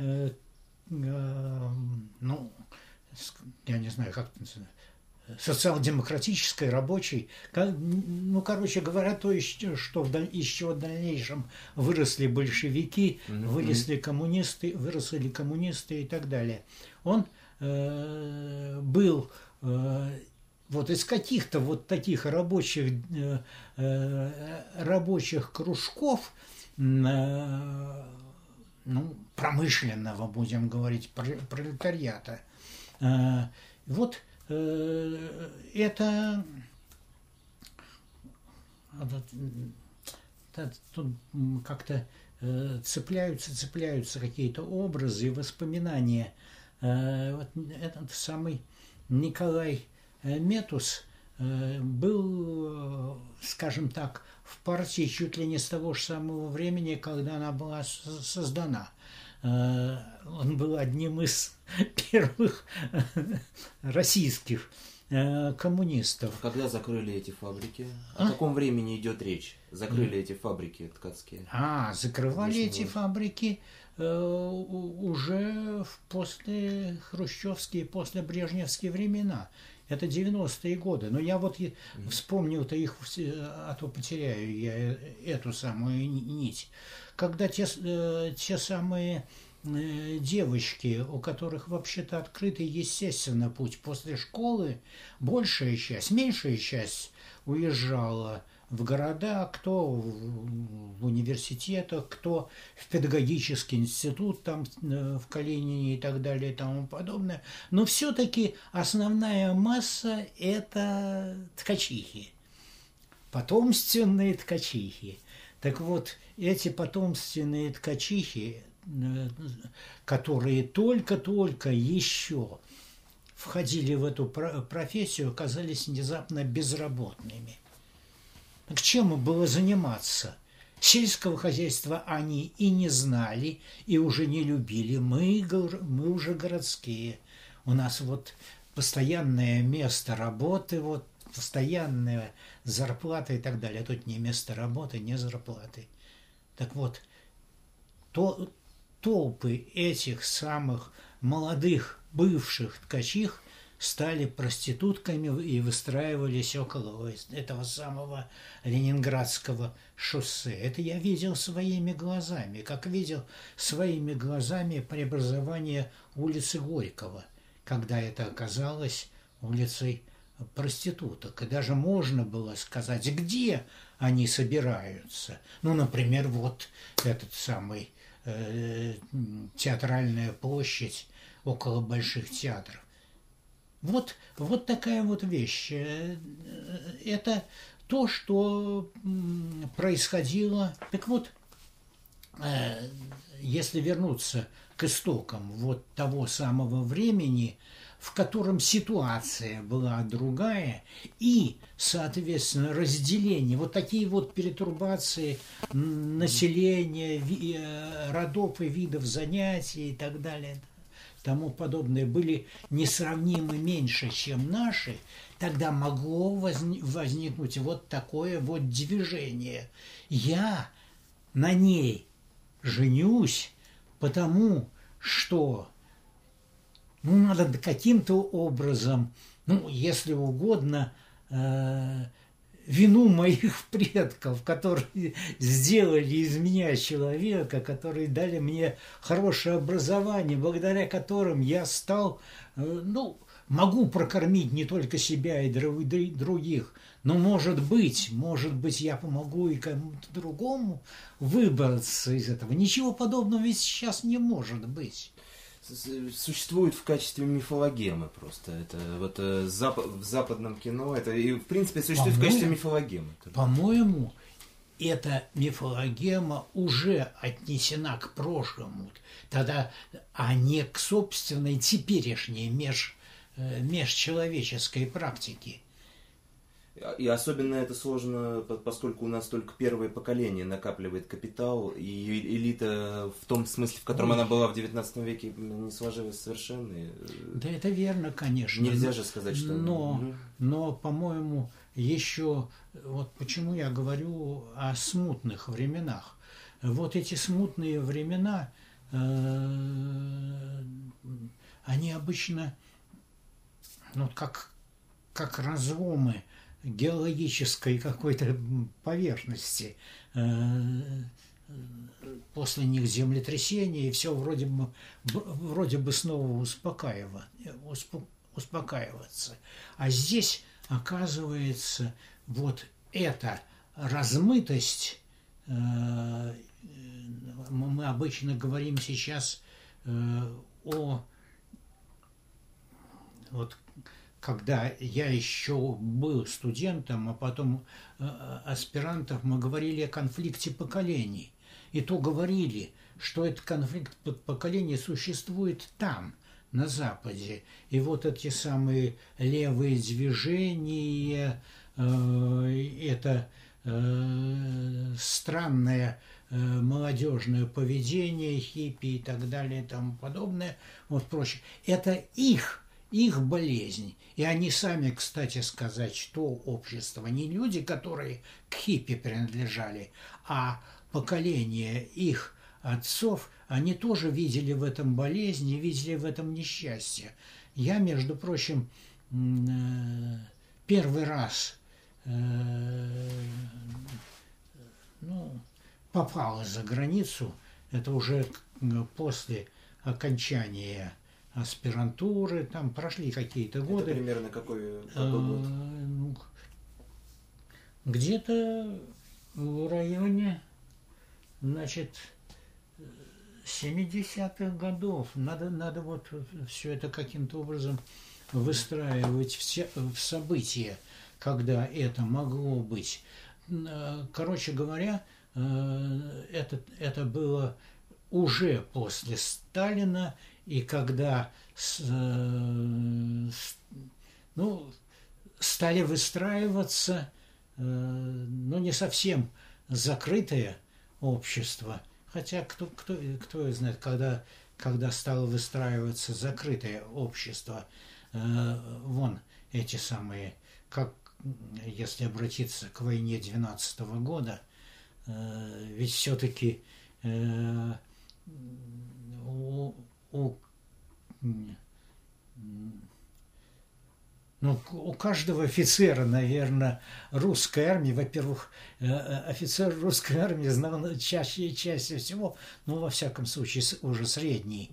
ну, я не знаю, как это называется, социал-демократической, рабочей, ну, короче говоря, то, что в даль... еще в дальнейшем выросли большевики, mm-hmm. выросли коммунисты, выросли коммунисты и так далее. Он э, был э, вот из каких-то вот таких рабочих, э, э, рабочих кружков, э, ну, промышленного, будем говорить, пролетариата. Э, вот это тут как-то цепляются, цепляются какие-то образы и воспоминания. Вот этот самый Николай Метус был, скажем так, в партии чуть ли не с того же самого времени, когда она была создана. Он был одним из первых российских коммунистов. Когда закрыли эти фабрики? О а? каком времени идет речь? Закрыли mm. эти фабрики ткацкие? А, закрывали Вышний эти фабрики э, уже в после хрущевские, после брежневские времена. Это девяностые годы. Но я вот mm. вспомнил-то их, а то потеряю я эту самую нить. Когда те, э, те самые э, девочки, у которых вообще-то открытый естественно путь после школы, большая часть, меньшая часть уезжала в города, кто в, в университетах, кто в педагогический институт там э, в Калинине и так далее и тому подобное. Но все-таки основная масса – это ткачихи, потомственные ткачихи. Так вот, эти потомственные ткачихи, которые только-только еще входили в эту профессию, оказались внезапно безработными. К чему было заниматься? Сельского хозяйства они и не знали, и уже не любили. Мы, мы уже городские. У нас вот постоянное место работы, вот постоянная зарплата и так далее. А тут не место работы, не зарплаты. Так вот, то, толпы этих самых молодых бывших ткачих стали проститутками и выстраивались около этого самого Ленинградского шоссе. Это я видел своими глазами, как видел своими глазами преобразование улицы Горького, когда это оказалось улицей проституток. И даже можно было сказать, где они собираются. Ну, например, вот этот самый э, театральная площадь около больших театров. Вот, вот такая вот вещь. Это то, что происходило. Так вот, если вернуться к истокам вот того самого времени, в котором ситуация была другая, и, соответственно, разделение, вот такие вот перетурбации населения, родов и видов занятий и так далее, тому подобное, были несравнимо меньше, чем наши, тогда могло возник, возникнуть вот такое вот движение. Я на ней женюсь, потому что ну, надо каким-то образом, ну, если угодно, э, вину моих предков, которые сделали из меня человека, которые дали мне хорошее образование, благодаря которым я стал, э, ну, могу прокормить не только себя и других, но, может быть, может быть, я помогу и кому-то другому выбраться из этого. Ничего подобного ведь сейчас не может быть. Существует в качестве мифологемы просто. Это вот э, зап в западном кино, это и в принципе существует в качестве мифологемы. По-моему, эта мифологема уже отнесена к прошлому, тогда, а не к собственной теперешней меж, э, межчеловеческой практике. И особенно это сложно, поскольку у нас только первое поколение накапливает капитал, и элита в том смысле, в котором Ой. она была в девятнадцатом веке, не сложилась совершенно. Да, это верно, конечно. Нельзя же сказать, что... Но, но по-моему, еще... Вот почему я говорю о смутных временах. Вот эти смутные времена, э, они обычно, ну, как, как разломы геологической какой-то поверхности. После них землетрясение, и все вроде бы, вроде бы снова успокаиваться. А здесь, оказывается, вот эта размытость, мы обычно говорим сейчас о... Вот, когда я еще был студентом, а потом э, аспирантом, мы говорили о конфликте поколений. И то говорили, что этот конфликт поколений существует там, на Западе. И вот эти самые левые движения, э, это э, странное э, молодежное поведение, хиппи и так далее и тому подобное, вот прочее. Это их их болезнь. И они сами, кстати сказать, что общество, не люди, которые к хиппи принадлежали, а поколение их отцов, они тоже видели в этом болезни, видели в этом несчастье. Я, между прочим, первый раз ну, попал за границу, это уже после окончания аспирантуры, там прошли какие-то годы. Это примерно какой, какой год? Где-то в районе, значит, семидесятых годов. Надо, надо вот все это каким-то образом выстраивать все, в события, когда это могло быть. Короче говоря, это, это было уже после Сталина, и когда с, э, с, ну, стали выстраиваться, э, ну, не совсем закрытое общество, хотя кто, кто, кто знает, когда, когда стало выстраиваться закрытое общество, э, вон эти самые, как, если обратиться к войне двенадцатого года, э, ведь все-таки э, у, у, ну, у каждого офицера, наверное, русской армии, во-первых, офицер русской армии знал чаще и чаще всего, ну, во всяком случае, уже средний,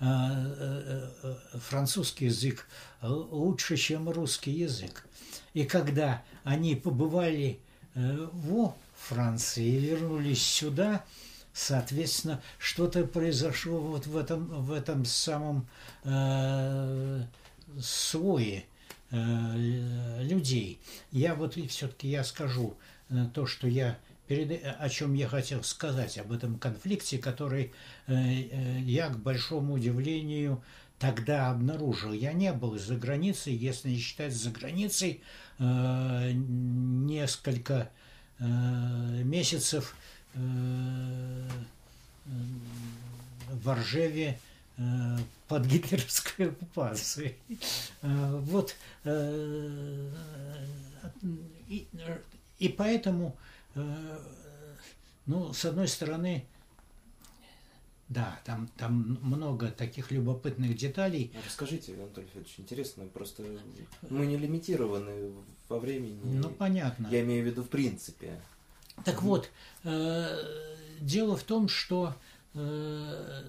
французский язык лучше, чем русский язык. И когда они побывали во Франции и вернулись сюда, соответственно, что-то произошло вот в этом, в этом самом э, слое э, людей. Я вот все-таки я скажу э, то, что я перед, о чем я хотел сказать, об этом конфликте, который э, э, я, к большому удивлению, тогда обнаружил. Я не был за границей, если не считать за границей, э, несколько э, месяцев в Ржеве под гитлеровской оккупацией. Вот. И, и поэтому, ну, с одной стороны, да, там, там много таких любопытных деталей. Расскажите, Анатолий Федорович, интересно, просто мы не лимитированы во времени. Ну, понятно. Я имею в виду в принципе. Так вот, э, дело в том, что э,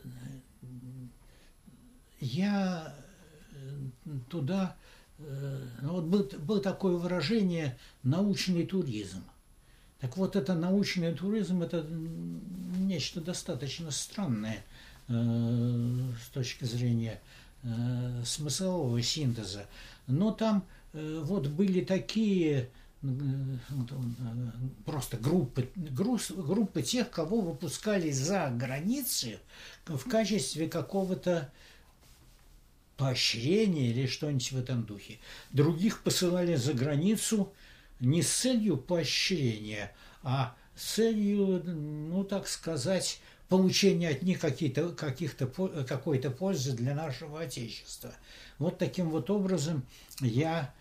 я туда, э, ну вот был, было такое выражение «научный туризм». Так вот, это научный туризм – это нечто достаточно странное э, с точки зрения э, смыслового синтеза. Но там э, вот были такие просто группы, группы тех, кого выпускали за границей в качестве какого-то поощрения или что-нибудь в этом духе. Других посылали за границу не с целью поощрения, а с целью, ну так сказать, получения от них каких-то, каких-то, какой-то пользы для нашего Отечества. Вот таким вот образом я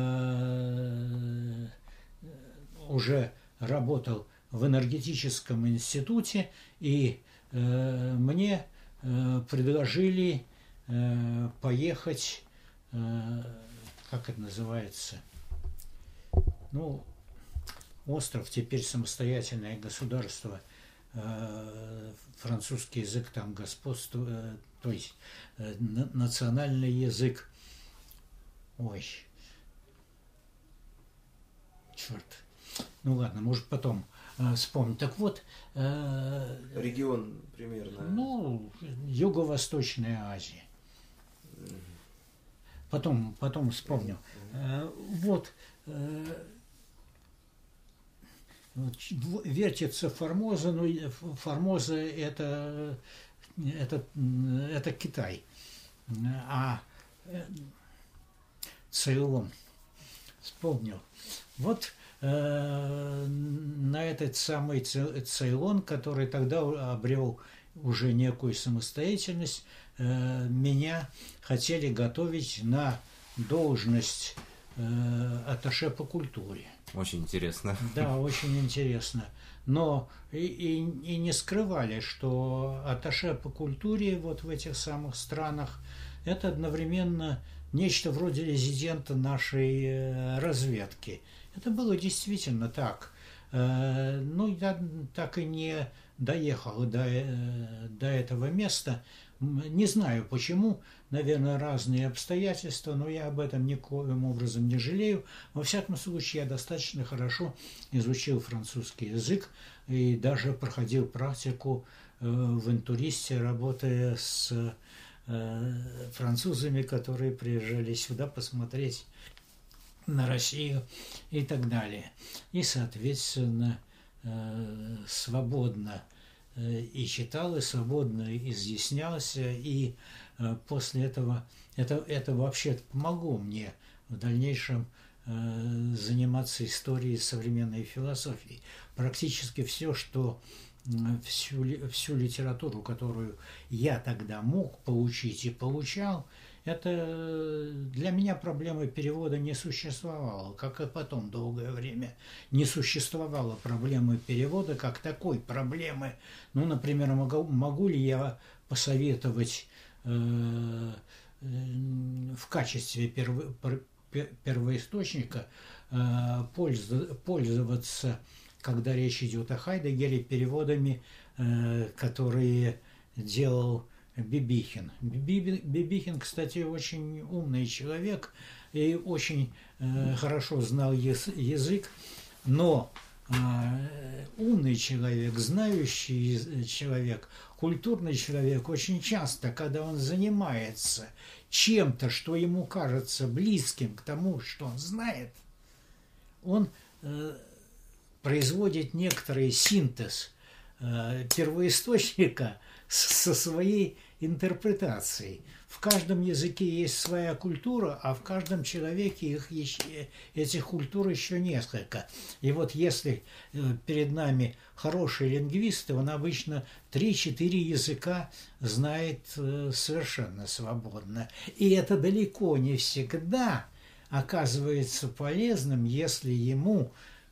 уже работал в энергетическом институте, и э, мне э, предложили э, поехать, э, как это называется, ну, остров, теперь самостоятельное государство, э, французский язык там господствует, э, то есть э, национальный язык, ой, черт. Ну ладно, может потом э, вспомню. Так вот. Э, Регион примерно. Ну, Юго-Восточная Азия. Потом, потом вспомню. Э, вот. Э, вертится Формоза, но Формоза это, это, это Китай. А Цейлон. Вспомнил. Вот э, на этот самый Цейлон, который тогда обрел уже некую самостоятельность, э, меня хотели готовить на должность э, атташе по культуре. Очень интересно. Да, очень интересно. Но и, и, и не скрывали, что атташе по культуре вот в этих самых странах это одновременно нечто вроде резидента нашей разведки. Это было действительно так. Ну, я так и не доехал до, до этого места. Не знаю почему, наверное, разные обстоятельства, но я об этом никоим образом не жалею. Во всяком случае, я достаточно хорошо изучил французский язык и даже проходил практику в интуристе, работая с французами, которые приезжали сюда посмотреть на Россию и так далее. И, соответственно, свободно и читал, и свободно изъяснялся, и после этого это, это вообще помогло мне в дальнейшем заниматься историей современной философии. Практически все, что всю, всю литературу, которую я тогда мог получить и получал, это для меня проблемы перевода не существовало, как и потом долгое время не существовало проблемы перевода как такой проблемы. Ну, например, могу, могу ли я посоветовать э, э, в качестве перво, первоисточника э, пользоваться, когда речь идет о Хайдегере, переводами, э, которые делал Бибихин. Бибихин, кстати, очень умный человек и очень э, хорошо знал язык, но э, умный человек, знающий человек, культурный человек очень часто, когда он занимается чем-то, что ему кажется близким к тому, что он знает, он э, производит некоторый синтез э, первоисточника со своей интерпретацией. В каждом языке есть своя культура, а в каждом человеке их еще, этих культур еще несколько. И вот если перед нами хороший лингвист, он обычно три-четыре языка знает совершенно свободно. И это далеко не всегда оказывается полезным, если ему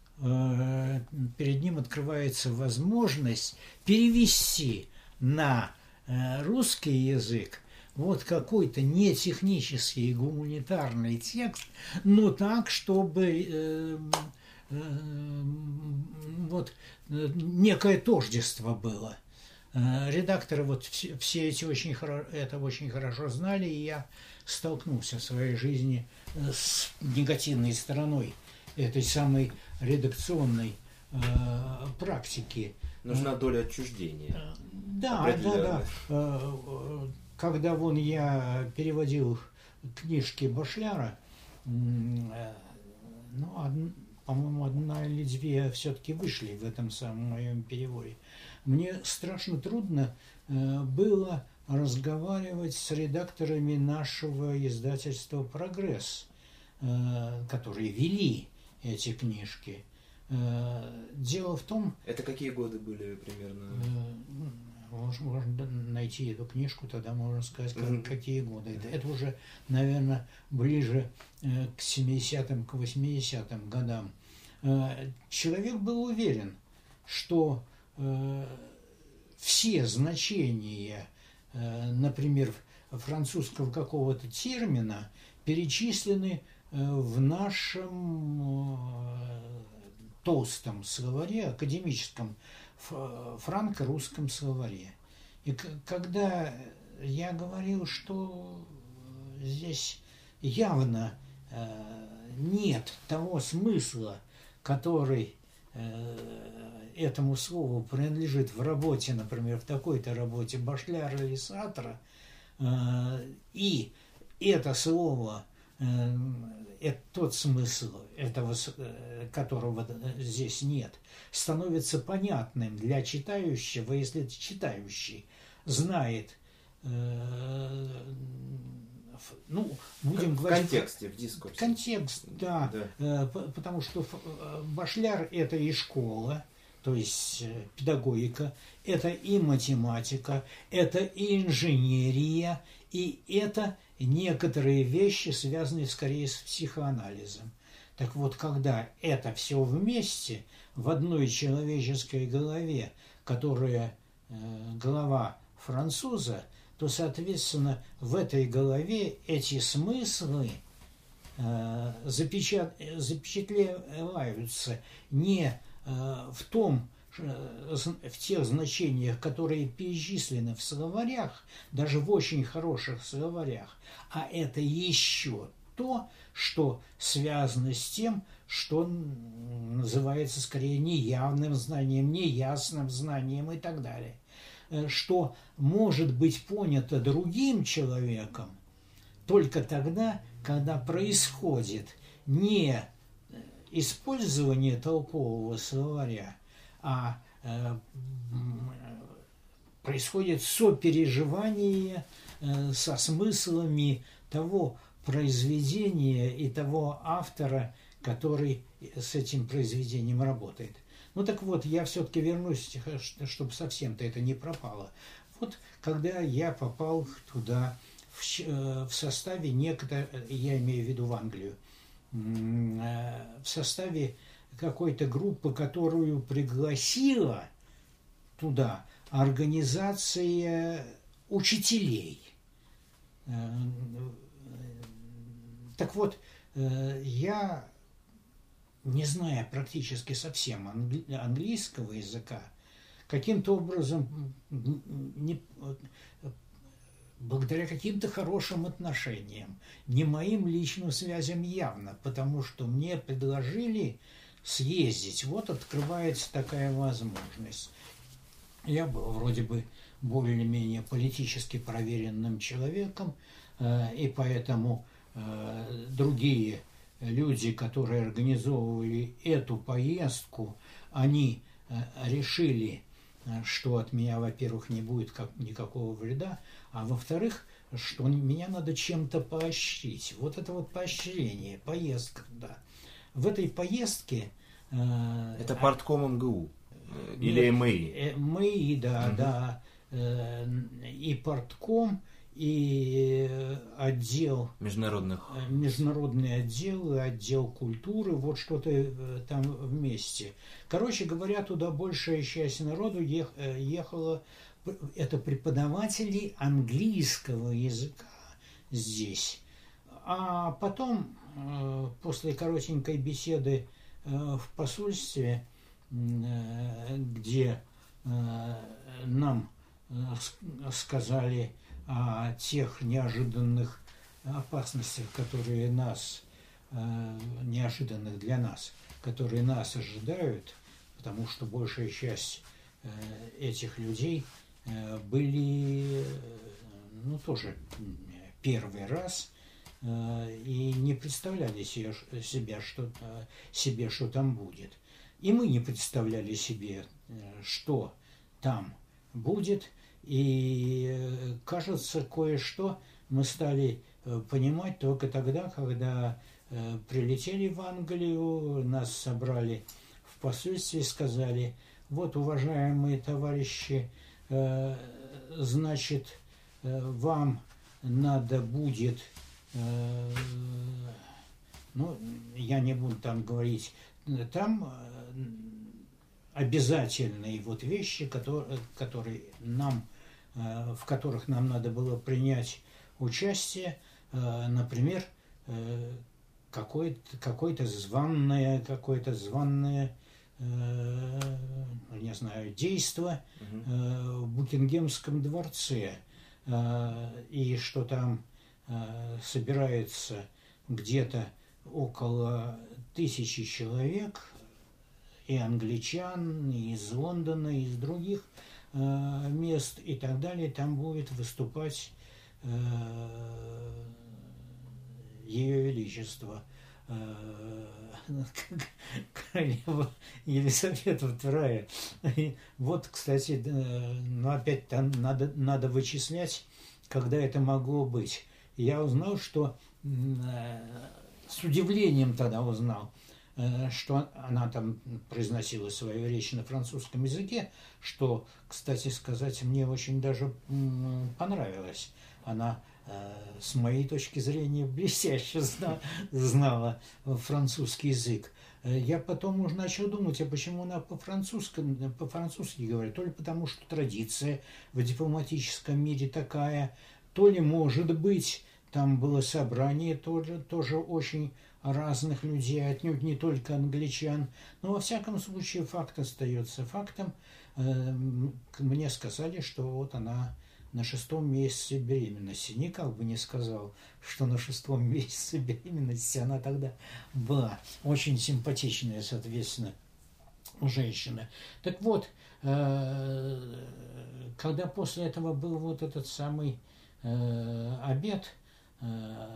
перед ним открывается возможность перевести на русский язык вот какой-то не технический гуманитарный текст, но так, чтобы э, э, вот некое тождество было. Редакторы вот все, все эти очень хоро- это очень хорошо знали, и я столкнулся в своей жизни с негативной стороной этой самой редакционной э, практики. Нужна доля отчуждения. Да, да, да. Когда вон я переводил книжки Башляра, ну, од, по-моему, одна или две все-таки вышли в этом самом моем переводе. Мне страшно трудно было разговаривать с редакторами нашего издательства «Прогресс», которые вели эти книжки. Дело в том... Это какие годы были примерно? Можно, можно найти эту книжку, тогда можно сказать, как, mm-hmm. какие годы. Это, это уже, наверное, ближе э, к семидесятым, к восьмидесятым годам. Э, человек был уверен, что э, все значения, э, например, французского какого-то термина перечислены э, в нашем э, толстом словаре, академическом франко-русском словаре. И когда я говорил, что здесь явно э, нет того смысла, который э, этому слову принадлежит в работе, например, в такой-то работе Башляра или Сартра, э, и это слово, э, это тот смысл, этого, которого здесь нет, становится понятным для читающего, если читающий знает, э, ну, будем в говорить... В контексте, в дискурсе. Контекст, да, да. Э, потому что Башляр – это и школа, то есть педагогика, это и математика, это и инженерия, и это некоторые вещи, связанные скорее с психоанализом. Так вот, когда это все вместе в одной человеческой голове, которая э, голова француза, то, соответственно, в этой голове эти смыслы э, запечат... запечатлеваются не э, в том, в тех значениях, которые перечислены в словарях, даже в очень хороших словарях, а это еще то, что связано с тем, что называется скорее неявным знанием, неясным знанием и так далее, что может быть понято другим человеком только тогда, когда происходит не использование толкового словаря, а происходит сопереживание э, со смыслами того произведения и того автора, который с этим произведением работает. Ну так вот, я все-таки вернусь, чтобы совсем-то это не пропало. Вот когда я попал туда в, в составе некоторых, я имею в виду в Англию, в составе какой-то группы, которую пригласила туда организация учителей. Так вот, я, не зная практически совсем английского языка, каким-то образом, не, благодаря каким-то хорошим отношениям, не моим личным связям явно, потому что мне предложили съездить. Вот открывается такая возможность. Я был вроде бы более-менее политически проверенным человеком, и поэтому другие люди, которые организовывали эту поездку, они решили, что от меня, во-первых, не будет как, никакого вреда, а во-вторых, что меня надо чем-то поощрить. Вот это вот поощрение, поездка туда. В этой поездке... Э, это партком эм гэ у или эм эй? эм эй, да, угу. да. Э, и партком, и отдел... Международных... Международный отдел, и отдел культуры, вот что-то там вместе. Короче говоря, туда большая часть народу ехала, это преподаватели английского языка здесь. А потом, после коротенькой беседы в посольстве, где нам сказали о тех неожиданных опасностях, которые нас, неожиданных для нас, которые нас ожидают, потому что большая часть этих людей были, ну, тоже первый раз и не представляли себе, себя, что, себе, что там будет. И мы не представляли себе, что там будет. И, кажется, кое-что мы стали понимать только тогда, когда прилетели в Англию, нас собрали в посольстве и сказали: вот, уважаемые товарищи, значит, вам надо будет, ну, я не буду там говорить, там обязательные вот вещи, которые, которые нам, в которых нам надо было принять участие, например, какое-то, какое-то званное, какое-то званное, не знаю, действо uh-huh. в Букингемском дворце, и что там собирается где-то около тысячи человек, и англичан, и из Лондона, и из других э, мест и так далее. Там будет выступать э, Ее Величество, э, королева Елизавета вторая. И вот, кстати, э, ну, опять там надо, надо вычислять, когда это могло быть. Я узнал, что э, с удивлением тогда узнал, что она там произносила свою речь на французском языке, что, кстати сказать, мне очень даже понравилось. Она, с моей точки зрения, блестяще знала, знала французский язык. Я потом уже начал думать, а почему она по-французски, по-французски говорит? То ли потому, что традиция в дипломатическом мире такая, то ли, может быть, там было собрание тоже, тоже очень разных людей, отнюдь не только англичан. Но, во всяком случае, факт остается фактом. Мне сказали, что вот она на шестом месяце беременности. Никак бы не сказал, что на шестом месяце беременности она тогда была. Очень симпатичная, соответственно, женщина. Так вот, когда после этого был вот этот самый обед,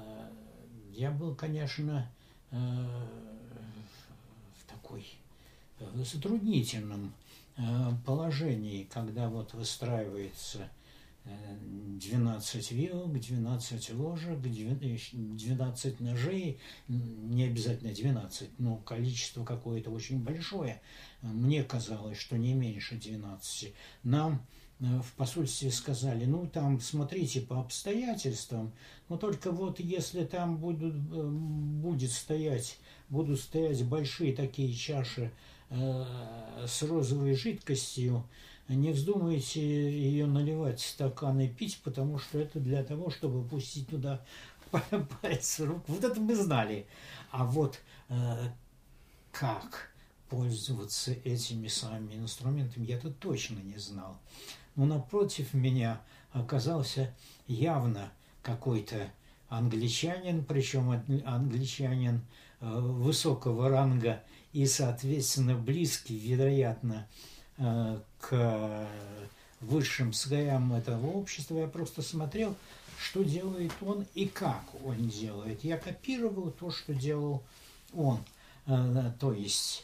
я был, конечно, в такой затруднительном положении, когда вот выстраивается двенадцать вилок, двенадцать ложек, двенадцать ножей, не обязательно двенадцать, но количество какое-то очень большое. Мне казалось, что не меньше двенадцати. Нам в посольстве сказали, ну там смотрите по обстоятельствам, но только вот если там будут, будет стоять, будут стоять большие такие чаши э, с розовой жидкостью, не вздумайте ее наливать в стакан и пить, потому что это для того, чтобы пустить туда пальцы рук. Вот это мы знали. А вот э, как пользоваться этими самыми инструментами, я-то точно не знал. Но напротив меня оказался явно какой-то англичанин, причем англичанин э, высокого ранга и, соответственно, близкий, вероятно, к высшим слоям этого общества. Я просто смотрел, что делает он и как он делает. Я копировал то, что делал он. То есть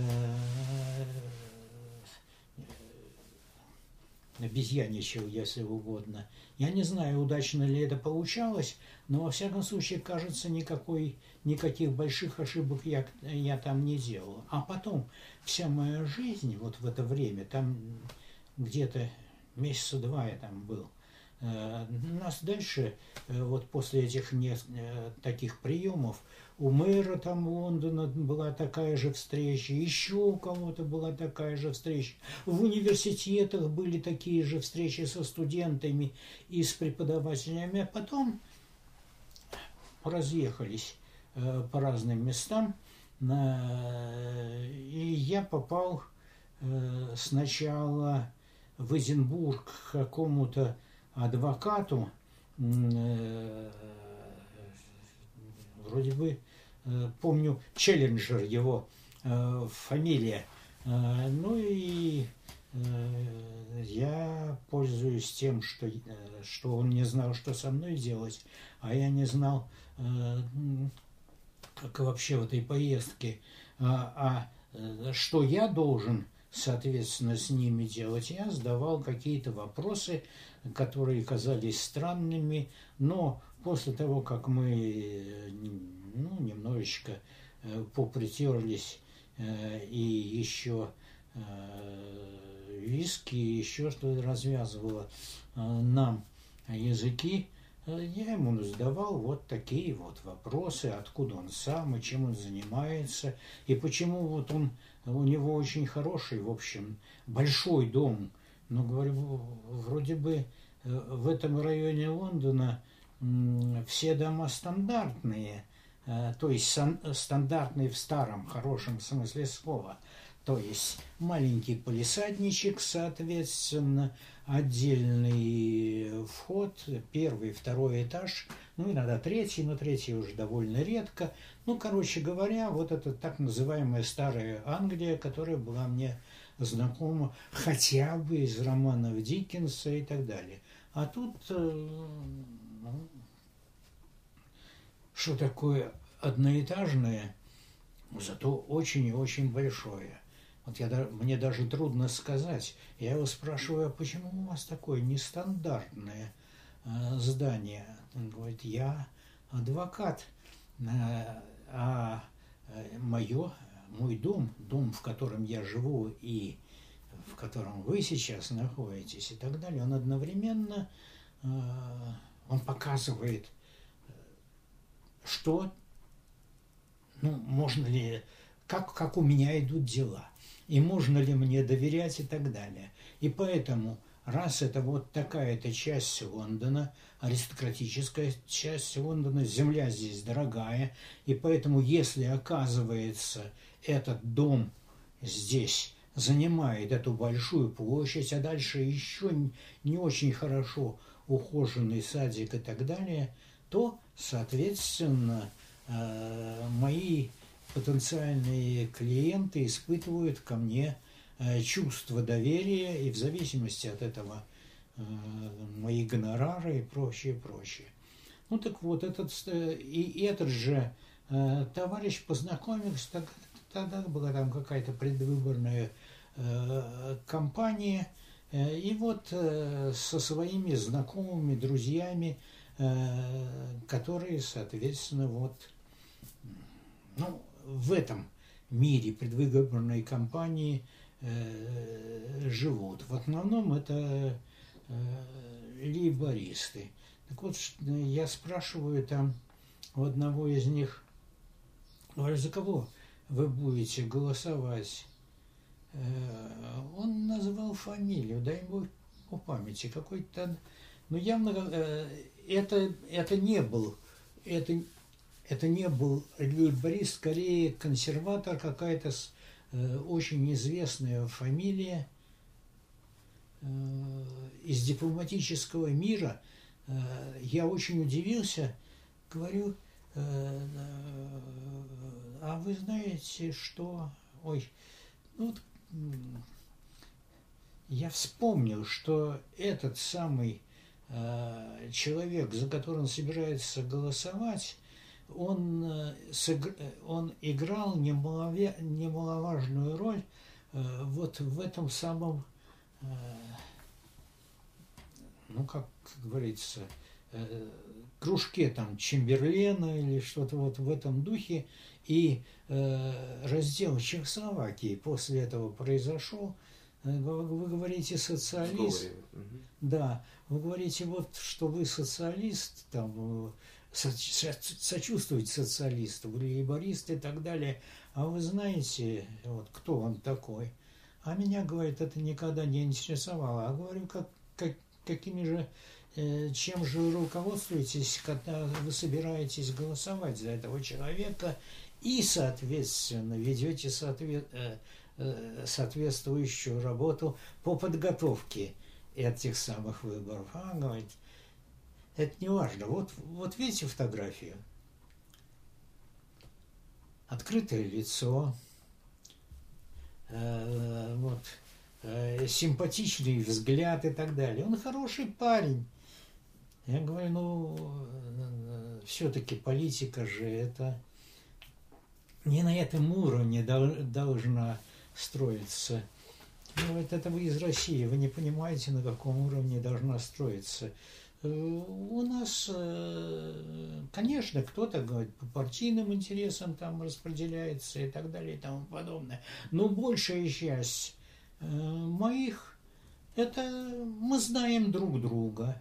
обезьяничал, если угодно. Я не знаю, удачно ли это получалось, но во всяком случае, кажется, никакой, никаких больших ошибок я, я там не делал. А потом вся моя жизнь, вот в это время, там где-то месяца два я там был, э, нас дальше, э, вот после этих не, э, таких приемов, у мэра там Лондона была такая же встреча, еще у кого-то была такая же встреча. В университетах были такие же встречи со студентами и с преподавателями. А потом разъехались э, по разным местам, э, и я попал э, сначала в Эдинбург к какому-то адвокату, э, вроде бы, э, помню, Челленджер его э, фамилия. Э, ну и э, я пользуюсь тем, что, э, что он не знал, что со мной делать, а я не знал, э, как вообще в этой поездке, а, а что я должен, соответственно, с ними делать. Я задавал какие-то вопросы, которые казались странными, но после того, как мы ну, немножечко э, попритерлись э, и еще э, виски, еще что-то развязывало э, нам языки, э, я ему задавал вот такие вот вопросы, откуда он сам и чем он занимается, и почему вот он, у него очень хороший, в общем, большой дом, но, говорю, вроде бы э, в этом районе Лондона все дома стандартные, то есть стандартные в старом хорошем смысле слова. То есть маленький палисадничек, соответственно, отдельный вход, первый, второй этаж, ну, иногда третий, но третий уже довольно редко. Ну, короче говоря, вот это так называемая старая Англия, которая была мне знакома хотя бы из романов Диккенса и так далее. А тут... Ну, что такое одноэтажное, зато очень и очень большое. Вот я, мне даже трудно сказать. Я его спрашиваю, а почему у вас такое нестандартное э, здание? Он говорит, я адвокат, э, а э, мое, мой дом, дом, в котором я живу и в котором вы сейчас находитесь и так далее, он одновременно... Э, Он показывает, что, ну, можно ли, как, как у меня идут дела, и можно ли мне доверять и так далее. И поэтому, раз это вот такая-то часть Лондона, аристократическая часть Лондона, земля здесь дорогая, и поэтому, если оказывается этот дом здесь занимает эту большую площадь, а дальше еще не очень хорошо ухоженный садик и так далее, то, соответственно, мои потенциальные клиенты испытывают ко мне чувство доверия, и в зависимости от этого мои гонорары и прочее, прочее. Ну так вот, этот, и этот же товарищ познакомился, так, тогда была там какая-то предвыборная э, кампания, э, и вот э, со своими знакомыми, друзьями, э, которые, соответственно, вот, ну, в этом мире предвыборной кампании э, живут. В основном это э, лейбористы. Так вот, я спрашиваю там у одного из них, говорю, за кого вы будете голосовать? Он назвал фамилию, дай ему по памяти, какой-то, но явно это, это не был, это, это не был лейборист, скорее консерватор, какая-то очень известная фамилия из дипломатического мира. Я очень удивился, говорю, а вы знаете, что... Ой, ну вот я вспомнил, что этот самый э, человек, за которого он собирается голосовать, он, э, сыгр... он играл немалове... немаловажную роль э, вот в этом самом, э, ну, как говорится, э, кружке там Чемберлена или что-то вот в этом духе. И э, раздел Чехословакии после этого произошел. Вы, вы говорите социалист. Угу. Да, вы говорите, вот, что вы социалист, там, со, со, сочувствуете социалисту, вы лейборист и так далее. А вы знаете, вот, кто он такой? А меня, говорит, это никогда не интересовало. А говорю, как, как, какими же... Чем же вы руководствуетесь, когда вы собираетесь голосовать за этого человека и, соответственно, ведете соответствующую работу по подготовке этих самых выборов? А, говорит, это не важно. Вот, вот видите фотографию? Открытое лицо, э, вот, э, симпатичный взгляд и так далее. Он хороший парень. Я говорю, ну, все-таки политика же это не на этом уровне должна строиться. Говорит, это вы из России, вы не понимаете, на каком уровне должна строиться. У нас, конечно, кто-то, говорит, по партийным интересам там распределяется и так далее и тому подобное. Но большая часть моих, это мы знаем друг друга.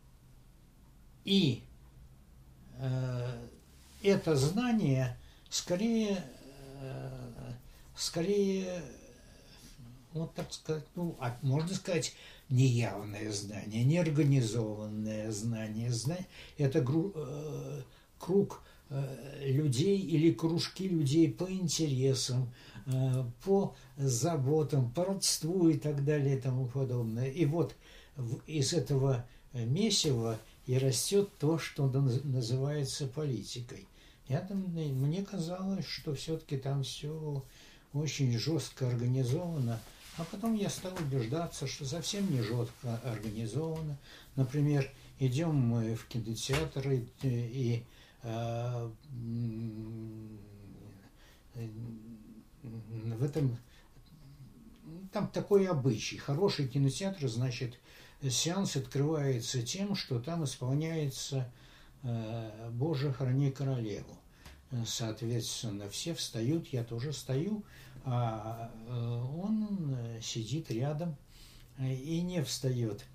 И э, это знание скорее, э, скорее, вот так сказать, ну, можно сказать, неявное знание, неорганизованное знание. знание это гру, э, круг э, людей или кружки людей по интересам, э, по заботам, по родству и так далее и тому подобное. И вот в, из этого месива и растет то, что называется политикой. Я там, мне казалось, что все-таки там все очень жестко организовано, а потом я стал убеждаться, что совсем не жестко организовано. Например, идем мы в кинотеатр и, и э, в этом там такой обычай. Хороший кинотеатр, значит, сеанс открывается тем, что там исполняется э, «Боже, храни королеву». Соответственно, все встают, я тоже стою, а э, он сидит рядом и не встает.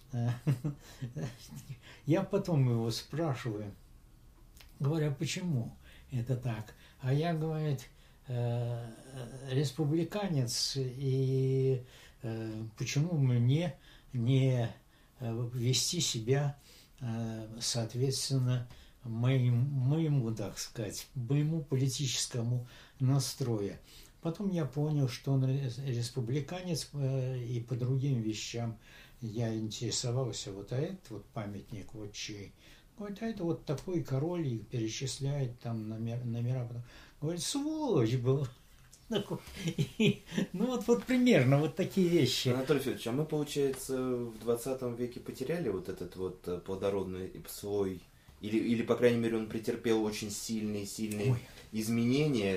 Я потом его спрашиваю, говорю, почему это так? А я, говорит, э, республиканец, и э, почему мне не вести себя, соответственно, моим, моему, так сказать, моему политическому настрою. Потом я понял, что он республиканец, и по другим вещам я интересовался. Вот а этот вот памятник, вот чей. Говорит, а это вот такой король, и перечисляет там номера. номера. Говорит, сволочь был. Ну вот, вот примерно вот такие вещи. Анатолий Федорович, а мы, получается, в двадцатом веке потеряли вот этот вот плодородный слой, или, или по крайней мере, он претерпел очень сильные, сильные Ой. изменения,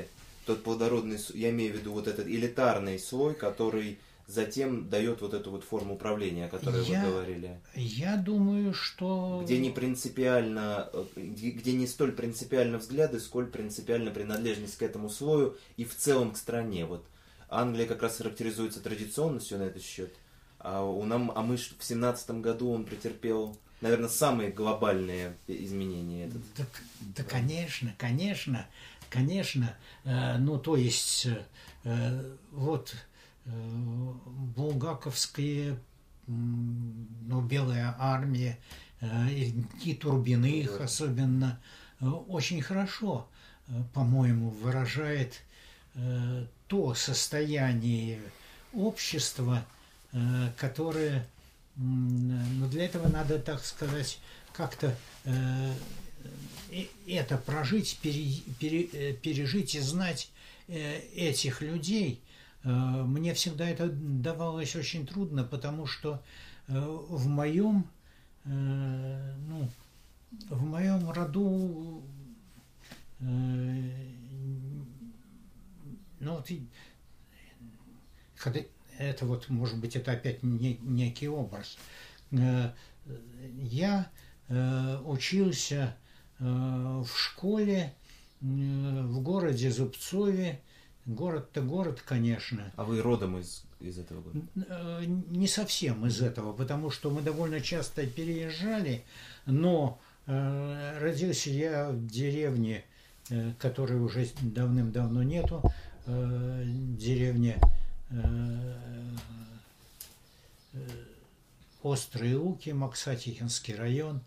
тот плодородный, я имею в виду вот этот элитарный слой, который затем дает вот эту вот форму управления, о которой я, вы говорили. Я думаю, что... Где не принципиально, где, где не столь принципиально взгляды, сколь принципиально принадлежность к этому слою и в целом к стране. Вот Англия как раз характеризуется традиционностью на этот счет, а, у нам, а мы в семнадцатом году он претерпел, наверное, самые глобальные изменения. Этот. Да, да, конечно, конечно, конечно. Э, ну, то есть, э, вот э, булгаковские, ну, Белая армия, э, и Турбиных особенно, э, очень хорошо, э, по-моему, выражает э, то состояние общества, э, которое... Но для этого надо, так сказать, как-то э, это прожить, пере, пере, пережить и знать э, этих людей. Э, мне всегда это давалось очень трудно, потому что э, в моем, э, ну, в моем роду, э, ну, вот, когда это вот, может быть, это опять не, некий образ. Я учился в школе в городе Зубцове. Город-то город, конечно. А вы родом из, из этого города? Не совсем из этого, потому что мы довольно часто переезжали, но родился я в деревне, которой уже давным-давно нету, деревня Острые Луки, Максатихинский район,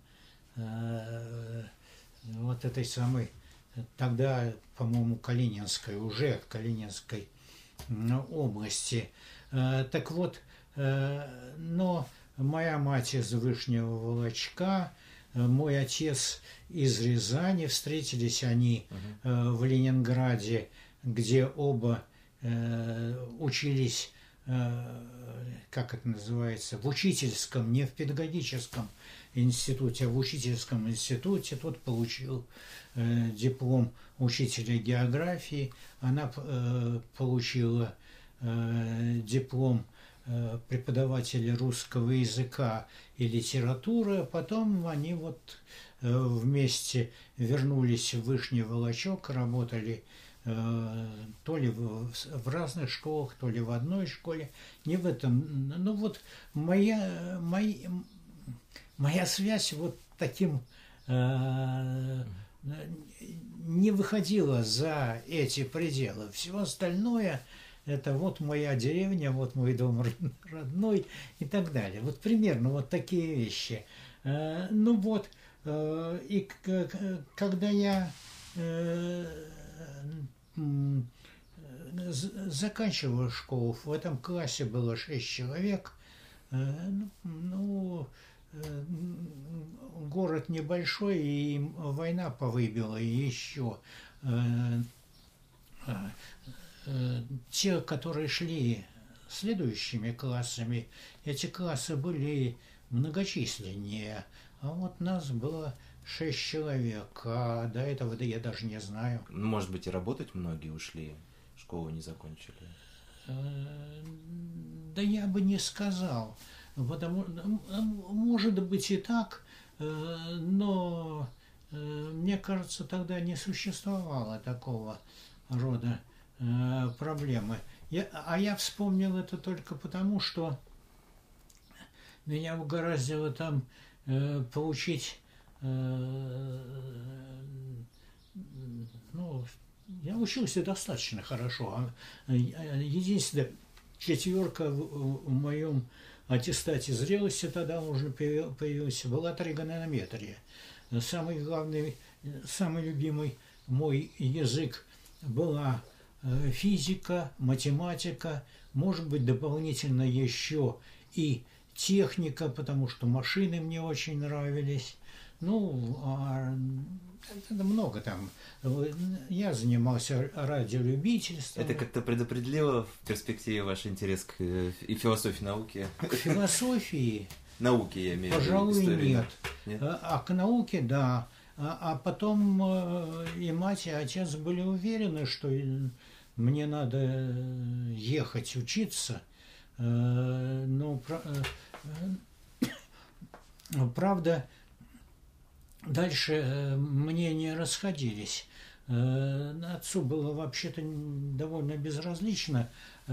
вот этой самой, тогда, по-моему, Калининской, уже Калининской области. Так вот, но моя мать из Вышнего Волочка, мой отец из Рязани, встретились они uh-huh. в Ленинграде, где оба учились, как это называется, в учительском, не в педагогическом институте, а в учительском институте. Тот получил диплом учителя географии, она получила диплом преподавателя русского языка и литературы. Потом они вот вместе вернулись в Вышний Волочок, работали то ли в, в разных школах, то ли в одной школе, не в этом. Ну вот моя, моя, моя связь вот таким э, не выходила за эти пределы. Все остальное это вот моя деревня, вот мой дом родной и так далее. Вот примерно вот такие вещи. Э, ну вот, э, и к, когда я э, заканчивал школу, в этом классе было шесть человек, ну, город небольшой, и война повыбила, и еще те, которые шли следующими классами, эти классы были многочисленнее, а вот нас было шесть человек, а до этого да я даже не знаю. Может быть, и работать многие ушли, школу не закончили? Да я бы не сказал. Потому, может быть и так, но мне кажется, тогда не существовало такого рода проблемы. Я, а я вспомнил это только потому, что меня угораздило там получить, ну, я учился достаточно хорошо. Единственная четверка в, в моем аттестате зрелости тогда уже появилась, была тригонометрия. Самый главный, самый любимый мой язык была физика, математика, может быть, дополнительно еще и техника, потому что машины мне очень нравились. Ну, а, это много там. Я занимался радиолюбительством. Это как-то предопределило в перспективе ваш интерес к и философии науки? К философии? Науки, я имею в виду. Пожалуй, нет. нет. А, а к науке, да. А, а потом и мать, и отец были уверены, что мне надо ехать учиться, ну, правда, дальше мнения расходились. Отцу было вообще-то довольно безразлично,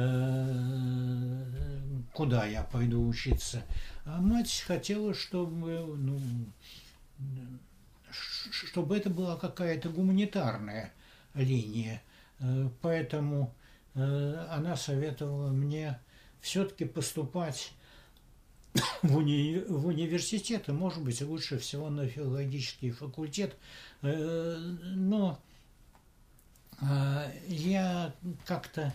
куда я пойду учиться. А мать хотела, чтобы, ну, чтобы это была какая-то гуманитарная линия. Поэтому она советовала мне все-таки поступать в, уни... в университет, и, может быть, лучше всего на филологический факультет. Но я как-то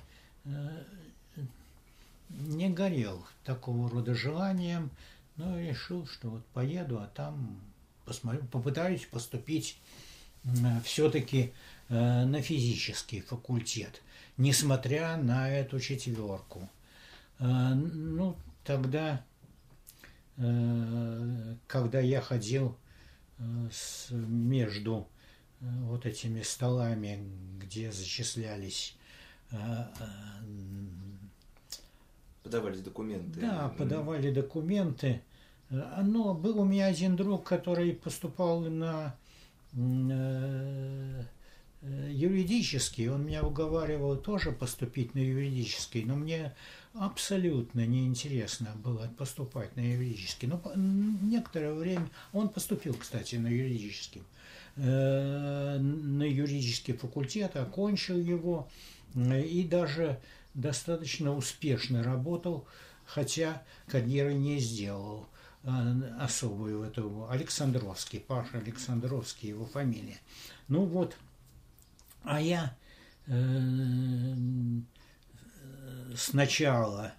не горел такого рода желанием, но решил, что вот поеду, а там посмотрю, попытаюсь поступить все-таки на физический факультет, несмотря на эту четверку. Ну, тогда, когда я ходил между вот этими столами, где зачислялись... Подавались документы. Да, подавали документы. Но был у меня один друг, который поступал на юридический. Он меня уговаривал тоже поступить на юридический, но мне абсолютно неинтересно было поступать на юридический. Но некоторое время... Он поступил, кстати, на юридический. На юридический факультет, окончил его и даже достаточно успешно работал, хотя карьеры не сделал особую эту. Александровский, Паша Александровский, его фамилия. Ну вот, а я э, сначала,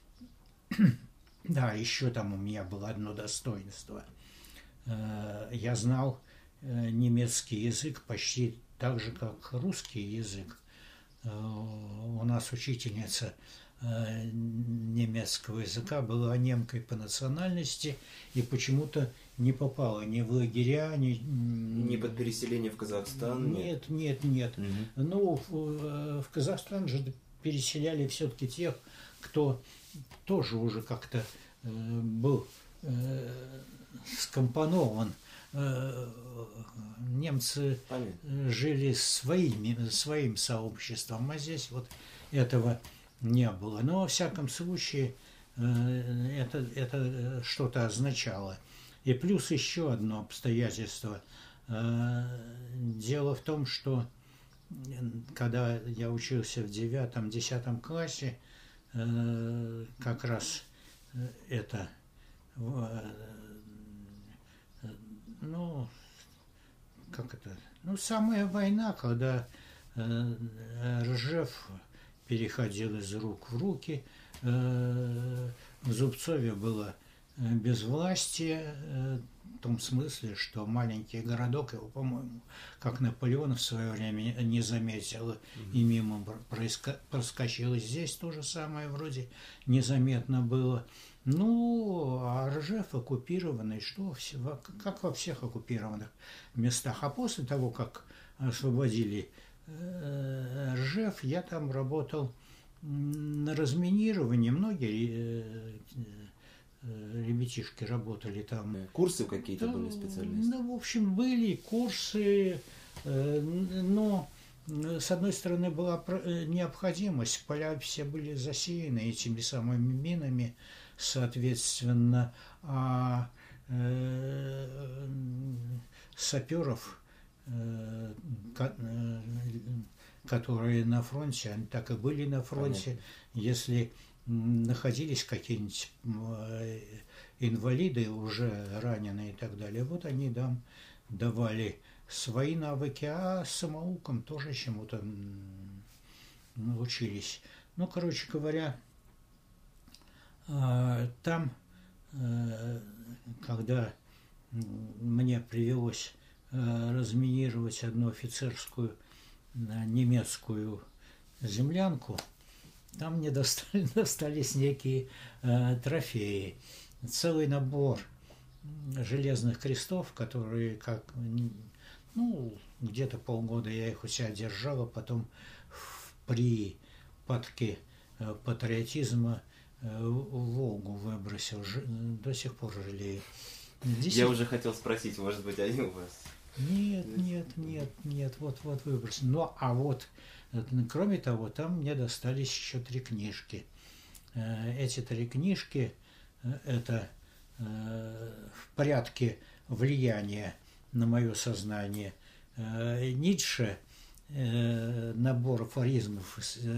да, еще там у меня было одно достоинство. Э, я знал э, немецкий язык почти так же, как русский язык. Э, у нас учительница немецкого языка была немкой по национальности и почему-то не попала ни в лагеря, ни... Не под переселение в Казахстан? Нет, нет, нет. нет. Угу. Ну, в, в Казахстан же переселяли все-таки тех, кто тоже уже как-то э, был э, скомпонован. Э, немцы Понятно. Жили своими, своим сообществом, а здесь вот этого не было. Но, во всяком случае, это, это что-то означало. И плюс еще одно обстоятельство. Дело в том, что когда я учился в девятом-десятом классе, как раз это, ну, как это, ну, самая война, когда Ржев переходил из рук в руки. В Зубцове было безвластие, в том смысле, что маленький городок, его, по-моему, как Наполеон в свое время не заметил и мимо проскочил. И здесь то же самое вроде незаметно было. Ну, а Ржев оккупированный, что, как во всех оккупированных местах. А после того, как освободили Ржев, я там работал на разминировании. Многие ребятишки работали там. Курсы какие-то были специальные? Ну, в общем, были курсы, но с одной стороны была необходимость. Поля все были засеяны этими самыми минами, соответственно, а саперов, которые на фронте, они так и были на фронте. Понятно. Если находились какие-нибудь инвалиды, уже раненые и так далее, вот они там давали свои навыки, а самоукам тоже чему-то научились. Ну, короче говоря, там, когда мне привелось разминировать одну офицерскую немецкую землянку, там мне достали, достались некие э, трофеи. Целый набор железных крестов, которые, как, ну, где-то полгода я их у себя держала, потом в припадке э, патриотизма э, Волгу выбросил. Ж, до сих пор жалею. Здесь... Я уже хотел спросить, может быть, они у вас? Нет, нет, нет, нет, вот, вот выбросил. Ну, а вот, кроме того, там мне достались еще три книжки. Эти три книжки – это в порядке влияния на мое сознание Ницше, набор афоризмов,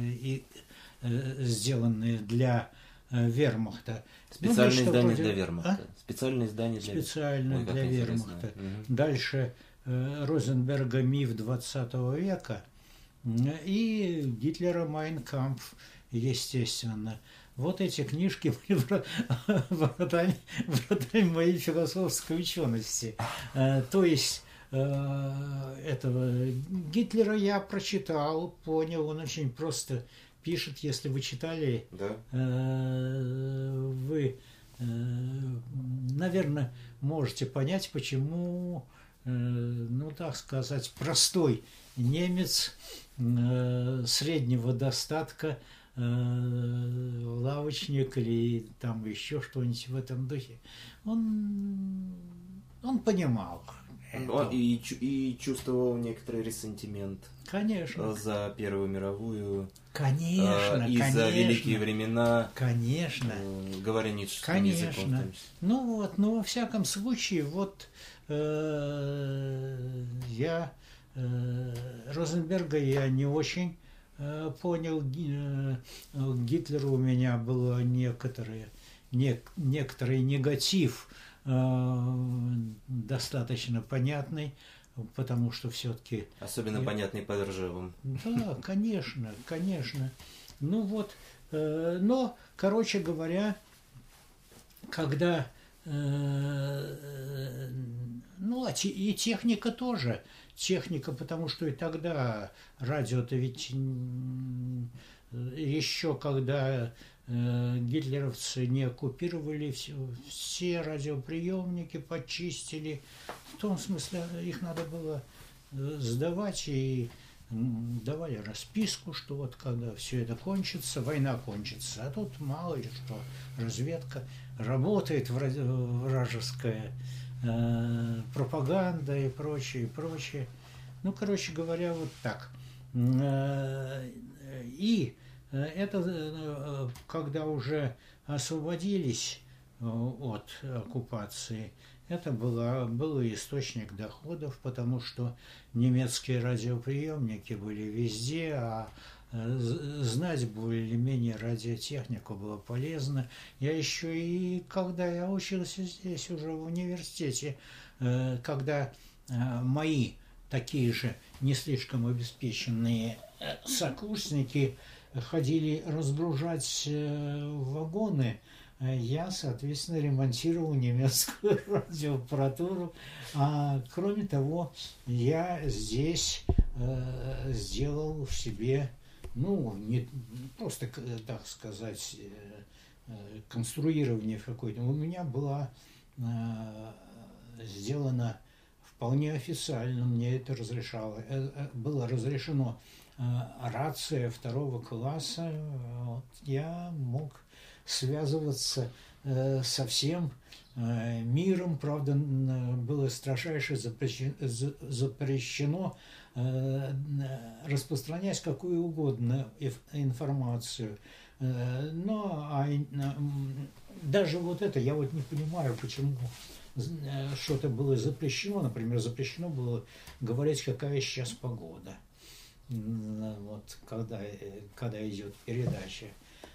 сделанные для вермахта. Специальное ну, издание вроде... для вермахта. А? Специальное издание для, Специально Ой, для вермахта. Угу. Дальше э, Розенберга «Миф двадцатого века» и Гитлера «Майн кампф», естественно. Вот эти книжки были вратами, вратами моей философской учености. Э, то есть э, этого Гитлера я прочитал, понял, он очень просто пишет, если вы читали, да. э, вы, э, наверное, можете понять, почему, э, ну, так сказать, простой немец э, среднего достатка, э, лавочник или там еще что-нибудь в этом духе, он, он понимал. Он и, и чувствовал некоторый ресентимент. Конечно. За Первую мировую. Конечно, и конечно. за великие времена. Конечно. Говоря ницшевским конечно. языком. Ну вот, ну во всяком случае, вот э, я э, Розенберга я не очень э, понял. Э, Гитлеру у меня было некоторые, не, некоторый негатив, достаточно понятный, потому что все-таки... Особенно я... понятный по Ржевым. Да, конечно, конечно. Ну вот, э, но, короче говоря, когда... Э, ну, и техника тоже. Техника, потому что и тогда радио-то ведь еще когда... гитлеровцы не оккупировали все, все радиоприемники, почистили. В том смысле, их надо было сдавать, и давали расписку, что вот когда все это кончится, война кончится. А тут мало ли что, разведка, работает вражеская э, пропаганда и прочее, и прочее. Ну, короче говоря, вот так. И это когда уже освободились от оккупации, это было, был источник доходов, потому что немецкие радиоприемники были везде, а знать более-менее радиотехнику было полезно. Я еще и, когда я учился здесь уже в университете, когда мои такие же не слишком обеспеченные сокурсники ходили разгружать вагоны, я, соответственно, ремонтировал немецкую радиоаппаратуру. А кроме того, я здесь э, сделал в себе, ну, не просто, так сказать, э, конструирование какое-то. У меня была э, сделана вполне официально, мне это разрешало, э, было разрешено э, рация второго класса. Вот, я мог связываться э, со всем э, миром. Правда, было строжайше запрещено, запрещено э, распространять какую угодно информацию. Э, но а, даже вот это, я вот не понимаю, почему что-то было запрещено. Например, запрещено было говорить, какая сейчас погода, вот, когда, когда идет передача.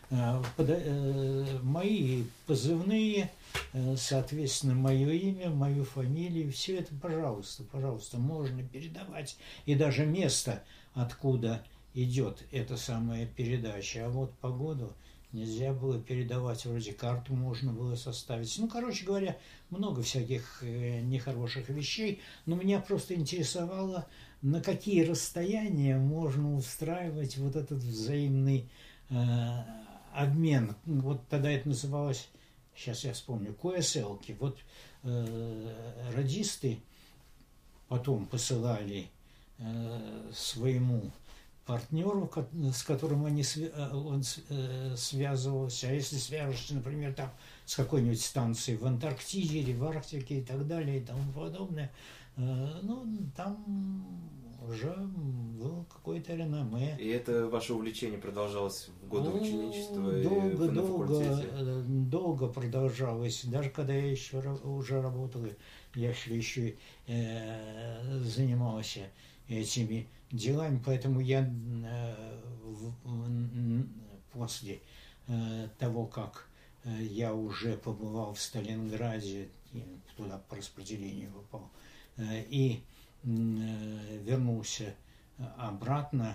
Мои позывные, соответственно, мое имя, мою фамилию, все это, пожалуйста, пожалуйста, можно передавать. И даже место, откуда идет эта самая передача. А вот погоду нельзя было передавать, вроде карту можно было составить. Ну, короче говоря, много всяких нехороших вещей. Но меня просто интересовало, на какие расстояния можно устраивать вот этот взаимный э, обмен. Вот тогда это называлось, сейчас я вспомню, ку эс эл-ки. Вот э, радисты потом посылали э, своему партнеру, с которым они, он связывался. А если свяжешься, например, там, с какой-нибудь станцией в Антарктиде или в Арктике и так далее и тому подобное, ну, там уже было какое-то реноме. И это ваше увлечение продолжалось в годы ну, ученичества долго, и на долго, факультете? Долго продолжалось. Даже когда я еще уже работал, я еще э, занимался этими делами. Поэтому я э, в, после э, того, как я уже побывал в Сталинграде, туда по распределению попал, э, и вернулся обратно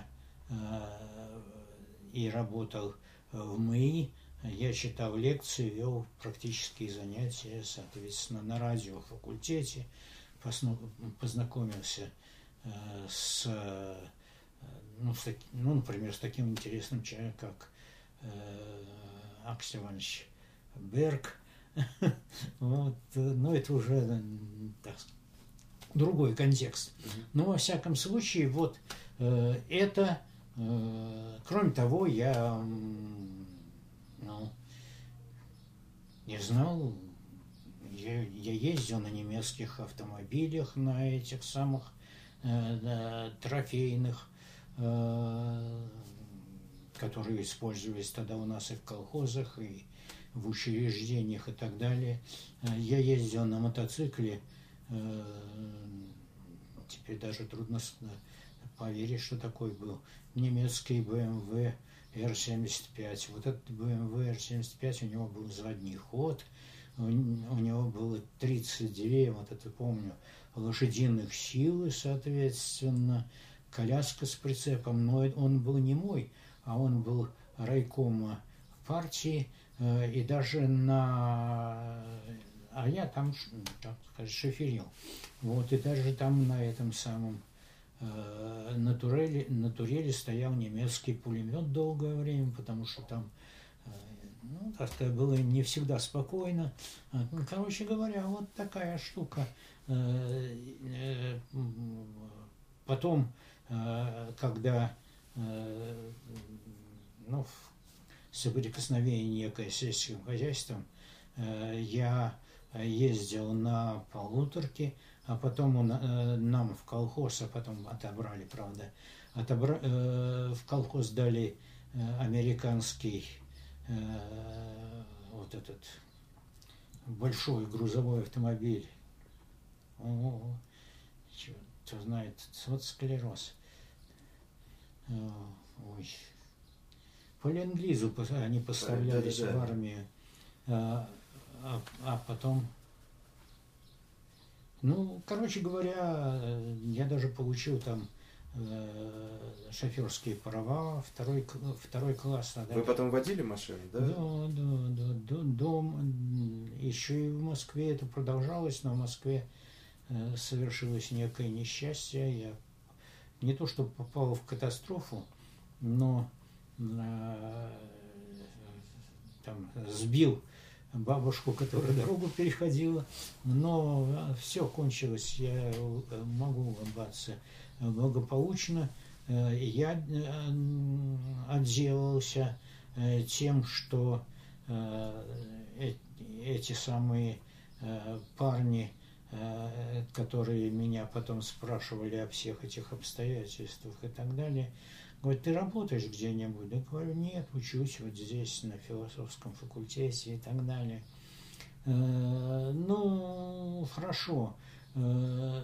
и работал в МИИ. Я читал лекции, вел практические занятия, соответственно, на радиофакультете, познакомился с, ну, с, ну, например, с таким интересным человеком, как Аксел Иванович Берг. Вот, но это уже, так сказать, другой контекст. Но, во всяком случае, вот э, это, э, кроме того, я, ну, не знал, я, я ездил на немецких автомобилях, на этих самых э, да, трофейных, э, которые использовались тогда у нас и в колхозах, и в учреждениях, и так далее. Я ездил на мотоцикле. Теперь даже трудно поверить, что такой был немецкий бэ эм вэ эр семьдесят пять. Вот этот бэ эм вэ эр семьдесят пять, у него был задний ход, у него было тридцать две, вот это помню, лошадиных сил, соответственно, коляска с прицепом. Но он был не мой, а он был райкома партии, и даже на... А я там, так сказать, шоферил. Вот, и даже там на этом самом э, на, турели, на турели стоял немецкий пулемет долгое время, потому что там, э, ну, как-то было не всегда спокойно. Ну, короче говоря, вот такая штука. Э, э, потом, э, когда э, ну, соприкосновение некое с сельским хозяйством, э, я ездил на полуторке, а потом он, э, нам в колхоз, а потом отобрали, правда, отобра, э, в колхоз дали э, американский э, вот этот большой грузовой автомобиль. О, кто знает, вот склероз. Ой. По Ленд-Лизу они поставлялись да, да, да. в армию. А, а, а потом, ну, короче говоря, я даже получил там э, шоферские права, второй, второй класс. Да. Вы потом водили машину, да? Да, да, да, да, дом, еще и в Москве это продолжалось, но в Москве э, совершилось некое несчастье. Я не то, что попал в катастрофу, но э, там сбил бабушку, которая дорогу переходила, но все кончилось, я могу улыбаться, благополучно. Я отделался тем, что эти самые парни, которые меня потом спрашивали о всех этих обстоятельствах и так далее, говорят, ты работаешь где-нибудь? Я говорю, нет, учусь вот здесь, на философском факультете и так далее. Э, ну, хорошо. Э,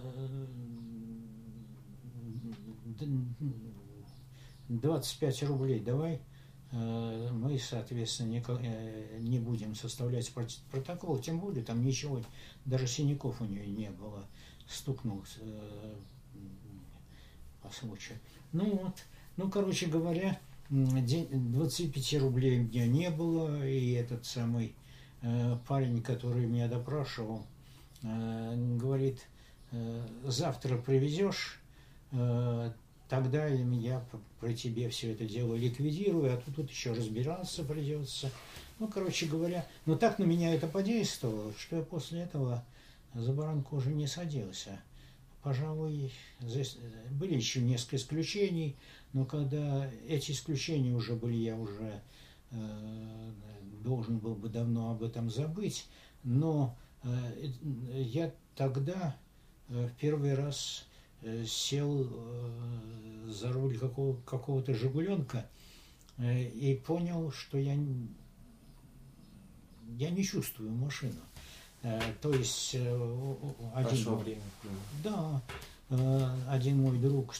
двадцать пять рублей давай. Э, мы, соответственно, не, э, не будем составлять протокол, тем более там ничего, даже синяков у нее не было. Стукнул э, по случаю. Ну вот. Ну, короче говоря, двадцати пяти рублей у меня не было, и этот самый э, парень, который меня допрашивал, э, говорит, э, завтра привезешь, э, тогда я при тебе все это дело ликвидирую, а тут, тут еще разбираться придется. Ну, короче говоря, но так на меня это подействовало, что я после этого за баранку уже не садился. пожалуй, здесь были еще несколько исключений, но когда эти исключения уже были, я уже э, должен был бы давно об этом забыть, но э, я тогда э, в первый раз э, сел э, за руль какого, какого-то «Жигуленка» э, и понял, что я, я не чувствую машину. То есть один, время. Да, один мой друг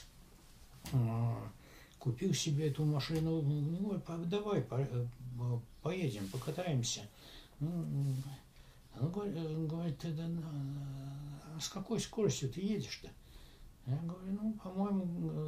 купил себе эту машину, ну, давай поедем, покатаемся. Он говорит, ты, да, с какой скоростью ты едешь-то? Я говорю, ну, по-моему,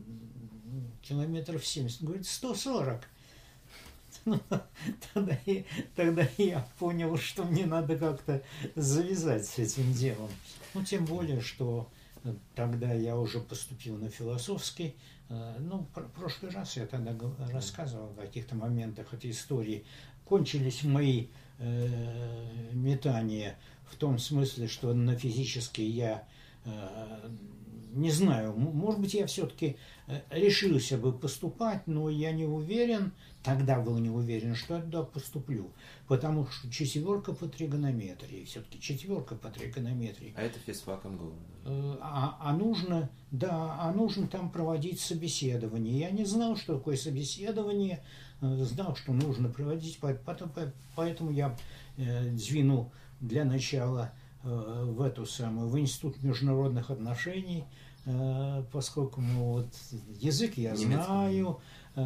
километров семьдесят. Он говорит, сто сорок. Ну, тогда, я, тогда я понял, что мне надо как-то завязать с этим делом. Ну, тем более, что тогда я уже поступил на философский. Ну, в прошлый раз я тогда рассказывал о каких-то моментах этой истории. Кончились мои э, метания в том смысле, что на физический я э, не знаю, может быть, я все-таки решился бы поступать, но я не уверен, тогда был не уверен, что я туда поступлю, потому что четверка по тригонометрии, все-таки четверка по тригонометрии. А это физфак МГУ. А, а нужно, да, а нужно там проводить собеседование. Я не знал, что такое собеседование, знал, что нужно проводить, поэтому, поэтому я двинул для начала в эту самую, в Институт международных отношений, поскольку ну, вот, язык я Немецкий. знаю,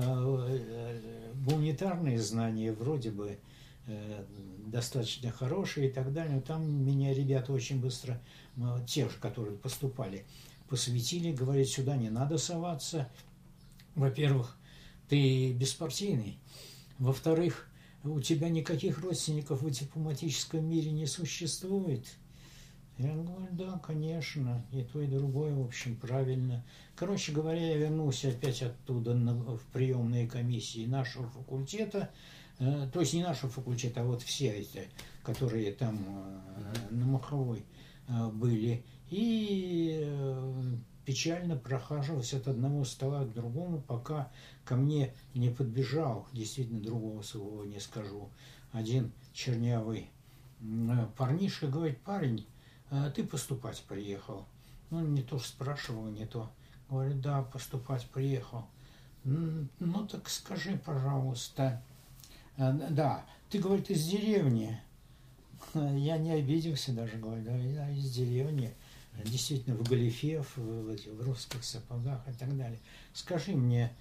гуманитарные знания вроде бы достаточно хорошие и так далее, но там меня ребята очень быстро, те же, которые поступали, посвятили, говорят, сюда не надо соваться. Во-первых, ты беспартийный, во-вторых, у тебя никаких родственников в дипломатическом мире не существует. Я говорю, да, конечно, и то, и другое, в общем, правильно. Короче говоря, я вернулся опять оттуда на, в приемные комиссии нашего факультета, э, то есть не нашего факультета, а вот все эти, которые там э, на Маховой э, были, и э, печально прохаживался от одного стола к другому, пока ко мне не подбежал, действительно другого слова не скажу, один чернявый э, парнишка, говорит, парень, ты поступать приехал? Ну, не то спрашивал, не то. Говорит, да, поступать приехал. Ну, так скажи, пожалуйста. Да, ты, говорит, из деревни. Я не обиделся даже, говорю, да, я из деревни. Действительно, в галифе, в, в, в русских сапогах и так далее. Скажи мне,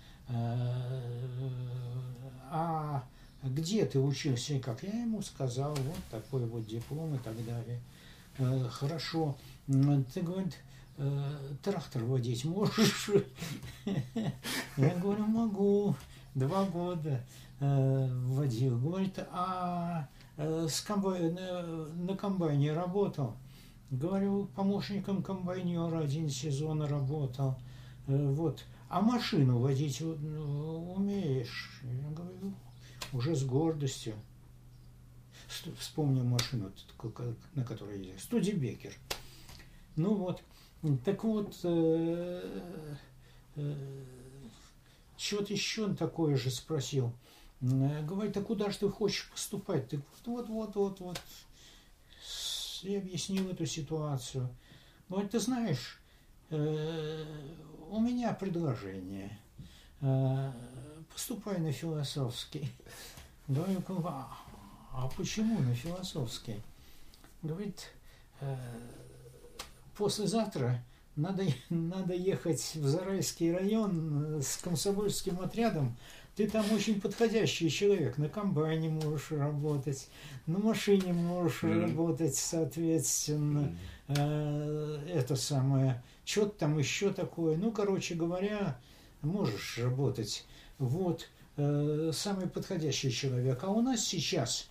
а где ты учился и как? Я ему сказал, вот такой вот диплом и так далее. Хорошо. Ты, говорит, трактор водить можешь? Я говорю, могу. Два года водил. Говорит, а с комбай... на комбайне работал? Говорю, помощником комбайнера один сезон работал. Вот. А машину водить умеешь? Я говорю, уже с гордостью. Вспомнил машину, на которой я ездил. Студебекер. Ну вот. Так вот, э, э, что-то еще такое же спросил. Говорит, а куда же ты хочешь поступать? Ты вот, вот, вот, вот. Я объяснил эту ситуацию. Говорит, ты знаешь, э, у меня предложение. Э, поступай на философский. Говорю, а почему на философский? Говорит, э, послезавтра надо, надо ехать в Зарайский район с комсомольским отрядом. Ты там очень подходящий человек. На комбайне можешь работать, на машине можешь mm. работать, соответственно. Mm. Э, это самое. Что-то там еще такое. Ну, короче говоря, можешь работать. Вот. Э, самый подходящий человек. А у нас сейчас...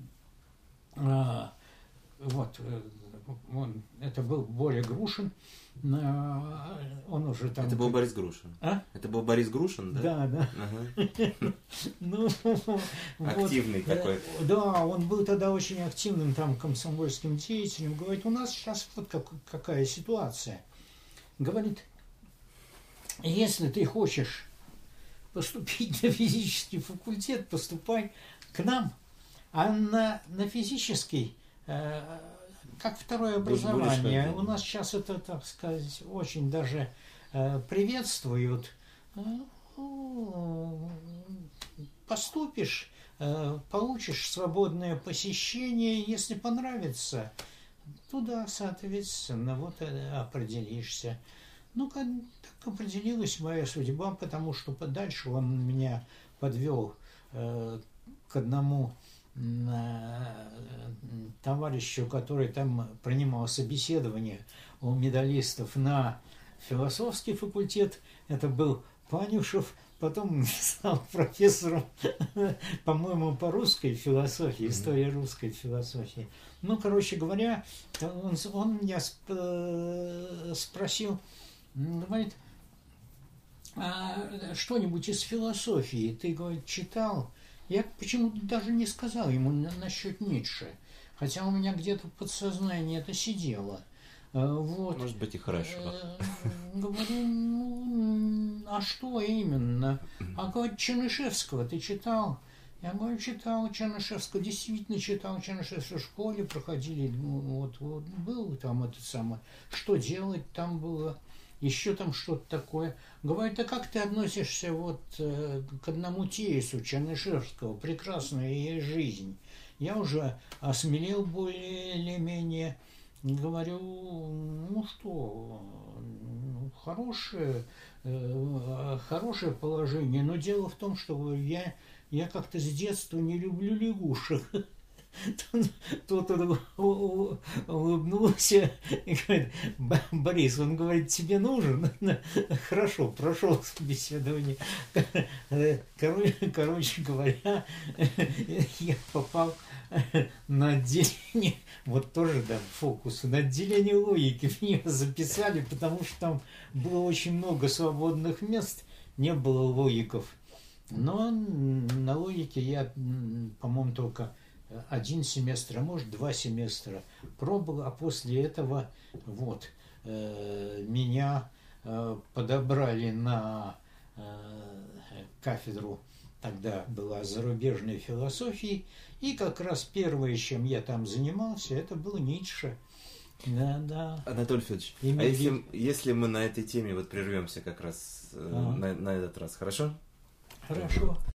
А, вот, он, это был Боря Грушин, а, он уже там... Это был Борис Грушин? А? Это был Борис Грушин, да? Да, да. Ага. Ну, активный такой. Да, он был тогда очень активным там комсомольским деятелем. Говорит, у нас сейчас вот какая ситуация. говорит, если ты хочешь поступить на физический факультет, поступай к нам, а на, на физический, э, как второе образование, будешь, у нас сейчас это, так сказать, очень даже э, приветствуют. Поступишь, э, получишь свободное посещение, если понравится, туда, соответственно, вот э, определишься. Ну, как, так определилась моя судьба, потому что подальше он меня подвел э, к одному э, товарищу, который там принимал собеседование у медалистов на философский факультет. Это был Панюшев, потом стал профессором, по-моему, по русской философии, истории русской философии. Ну, короче говоря, он, он меня сп- спросил, говорит, а что-нибудь из философии ты, говорит, читал? Я почему-то даже не сказал ему насчет Ницше, хотя у меня где-то в подсознании это сидело. Вот. Может быть, и хорошо. Говорю, ну, а что именно? А, говорит, Чернышевского ты читал? Я говорю, читал Чернышевского, действительно читал Чернышевского в школе, проходили, вот, вот, был там этот самый, что делать там было, еще там что-то такое. Говорит, а как ты относишься вот к одному тезису Чернышевского, прекрасная ее жизнь? Я уже осмелел более или менее. Говорю, ну что, хорошее, э, хорошее положение, но дело в том, что я, я как-то с детства не люблю лягушек. Тот улыбнулся и говорит, Борис, он говорит, тебе нужен? Хорошо, прошел собеседование. Короче, короче говоря, я попал на отделение, вот тоже, да, фокус, на отделение логики меня записали, потому что там было очень много свободных мест, не было логиков. Но на логике я, по-моему, только один семестр, а может два семестра пробовал, а после этого вот э, меня э, подобрали на э, кафедру, тогда была зарубежной философии, и как раз первое, чем я там занимался, это был Ницше. Да, да. Анатолий Федорович, а если, если мы на этой теме вот прервемся как раз э, ага. на, на этот раз, хорошо? Хорошо.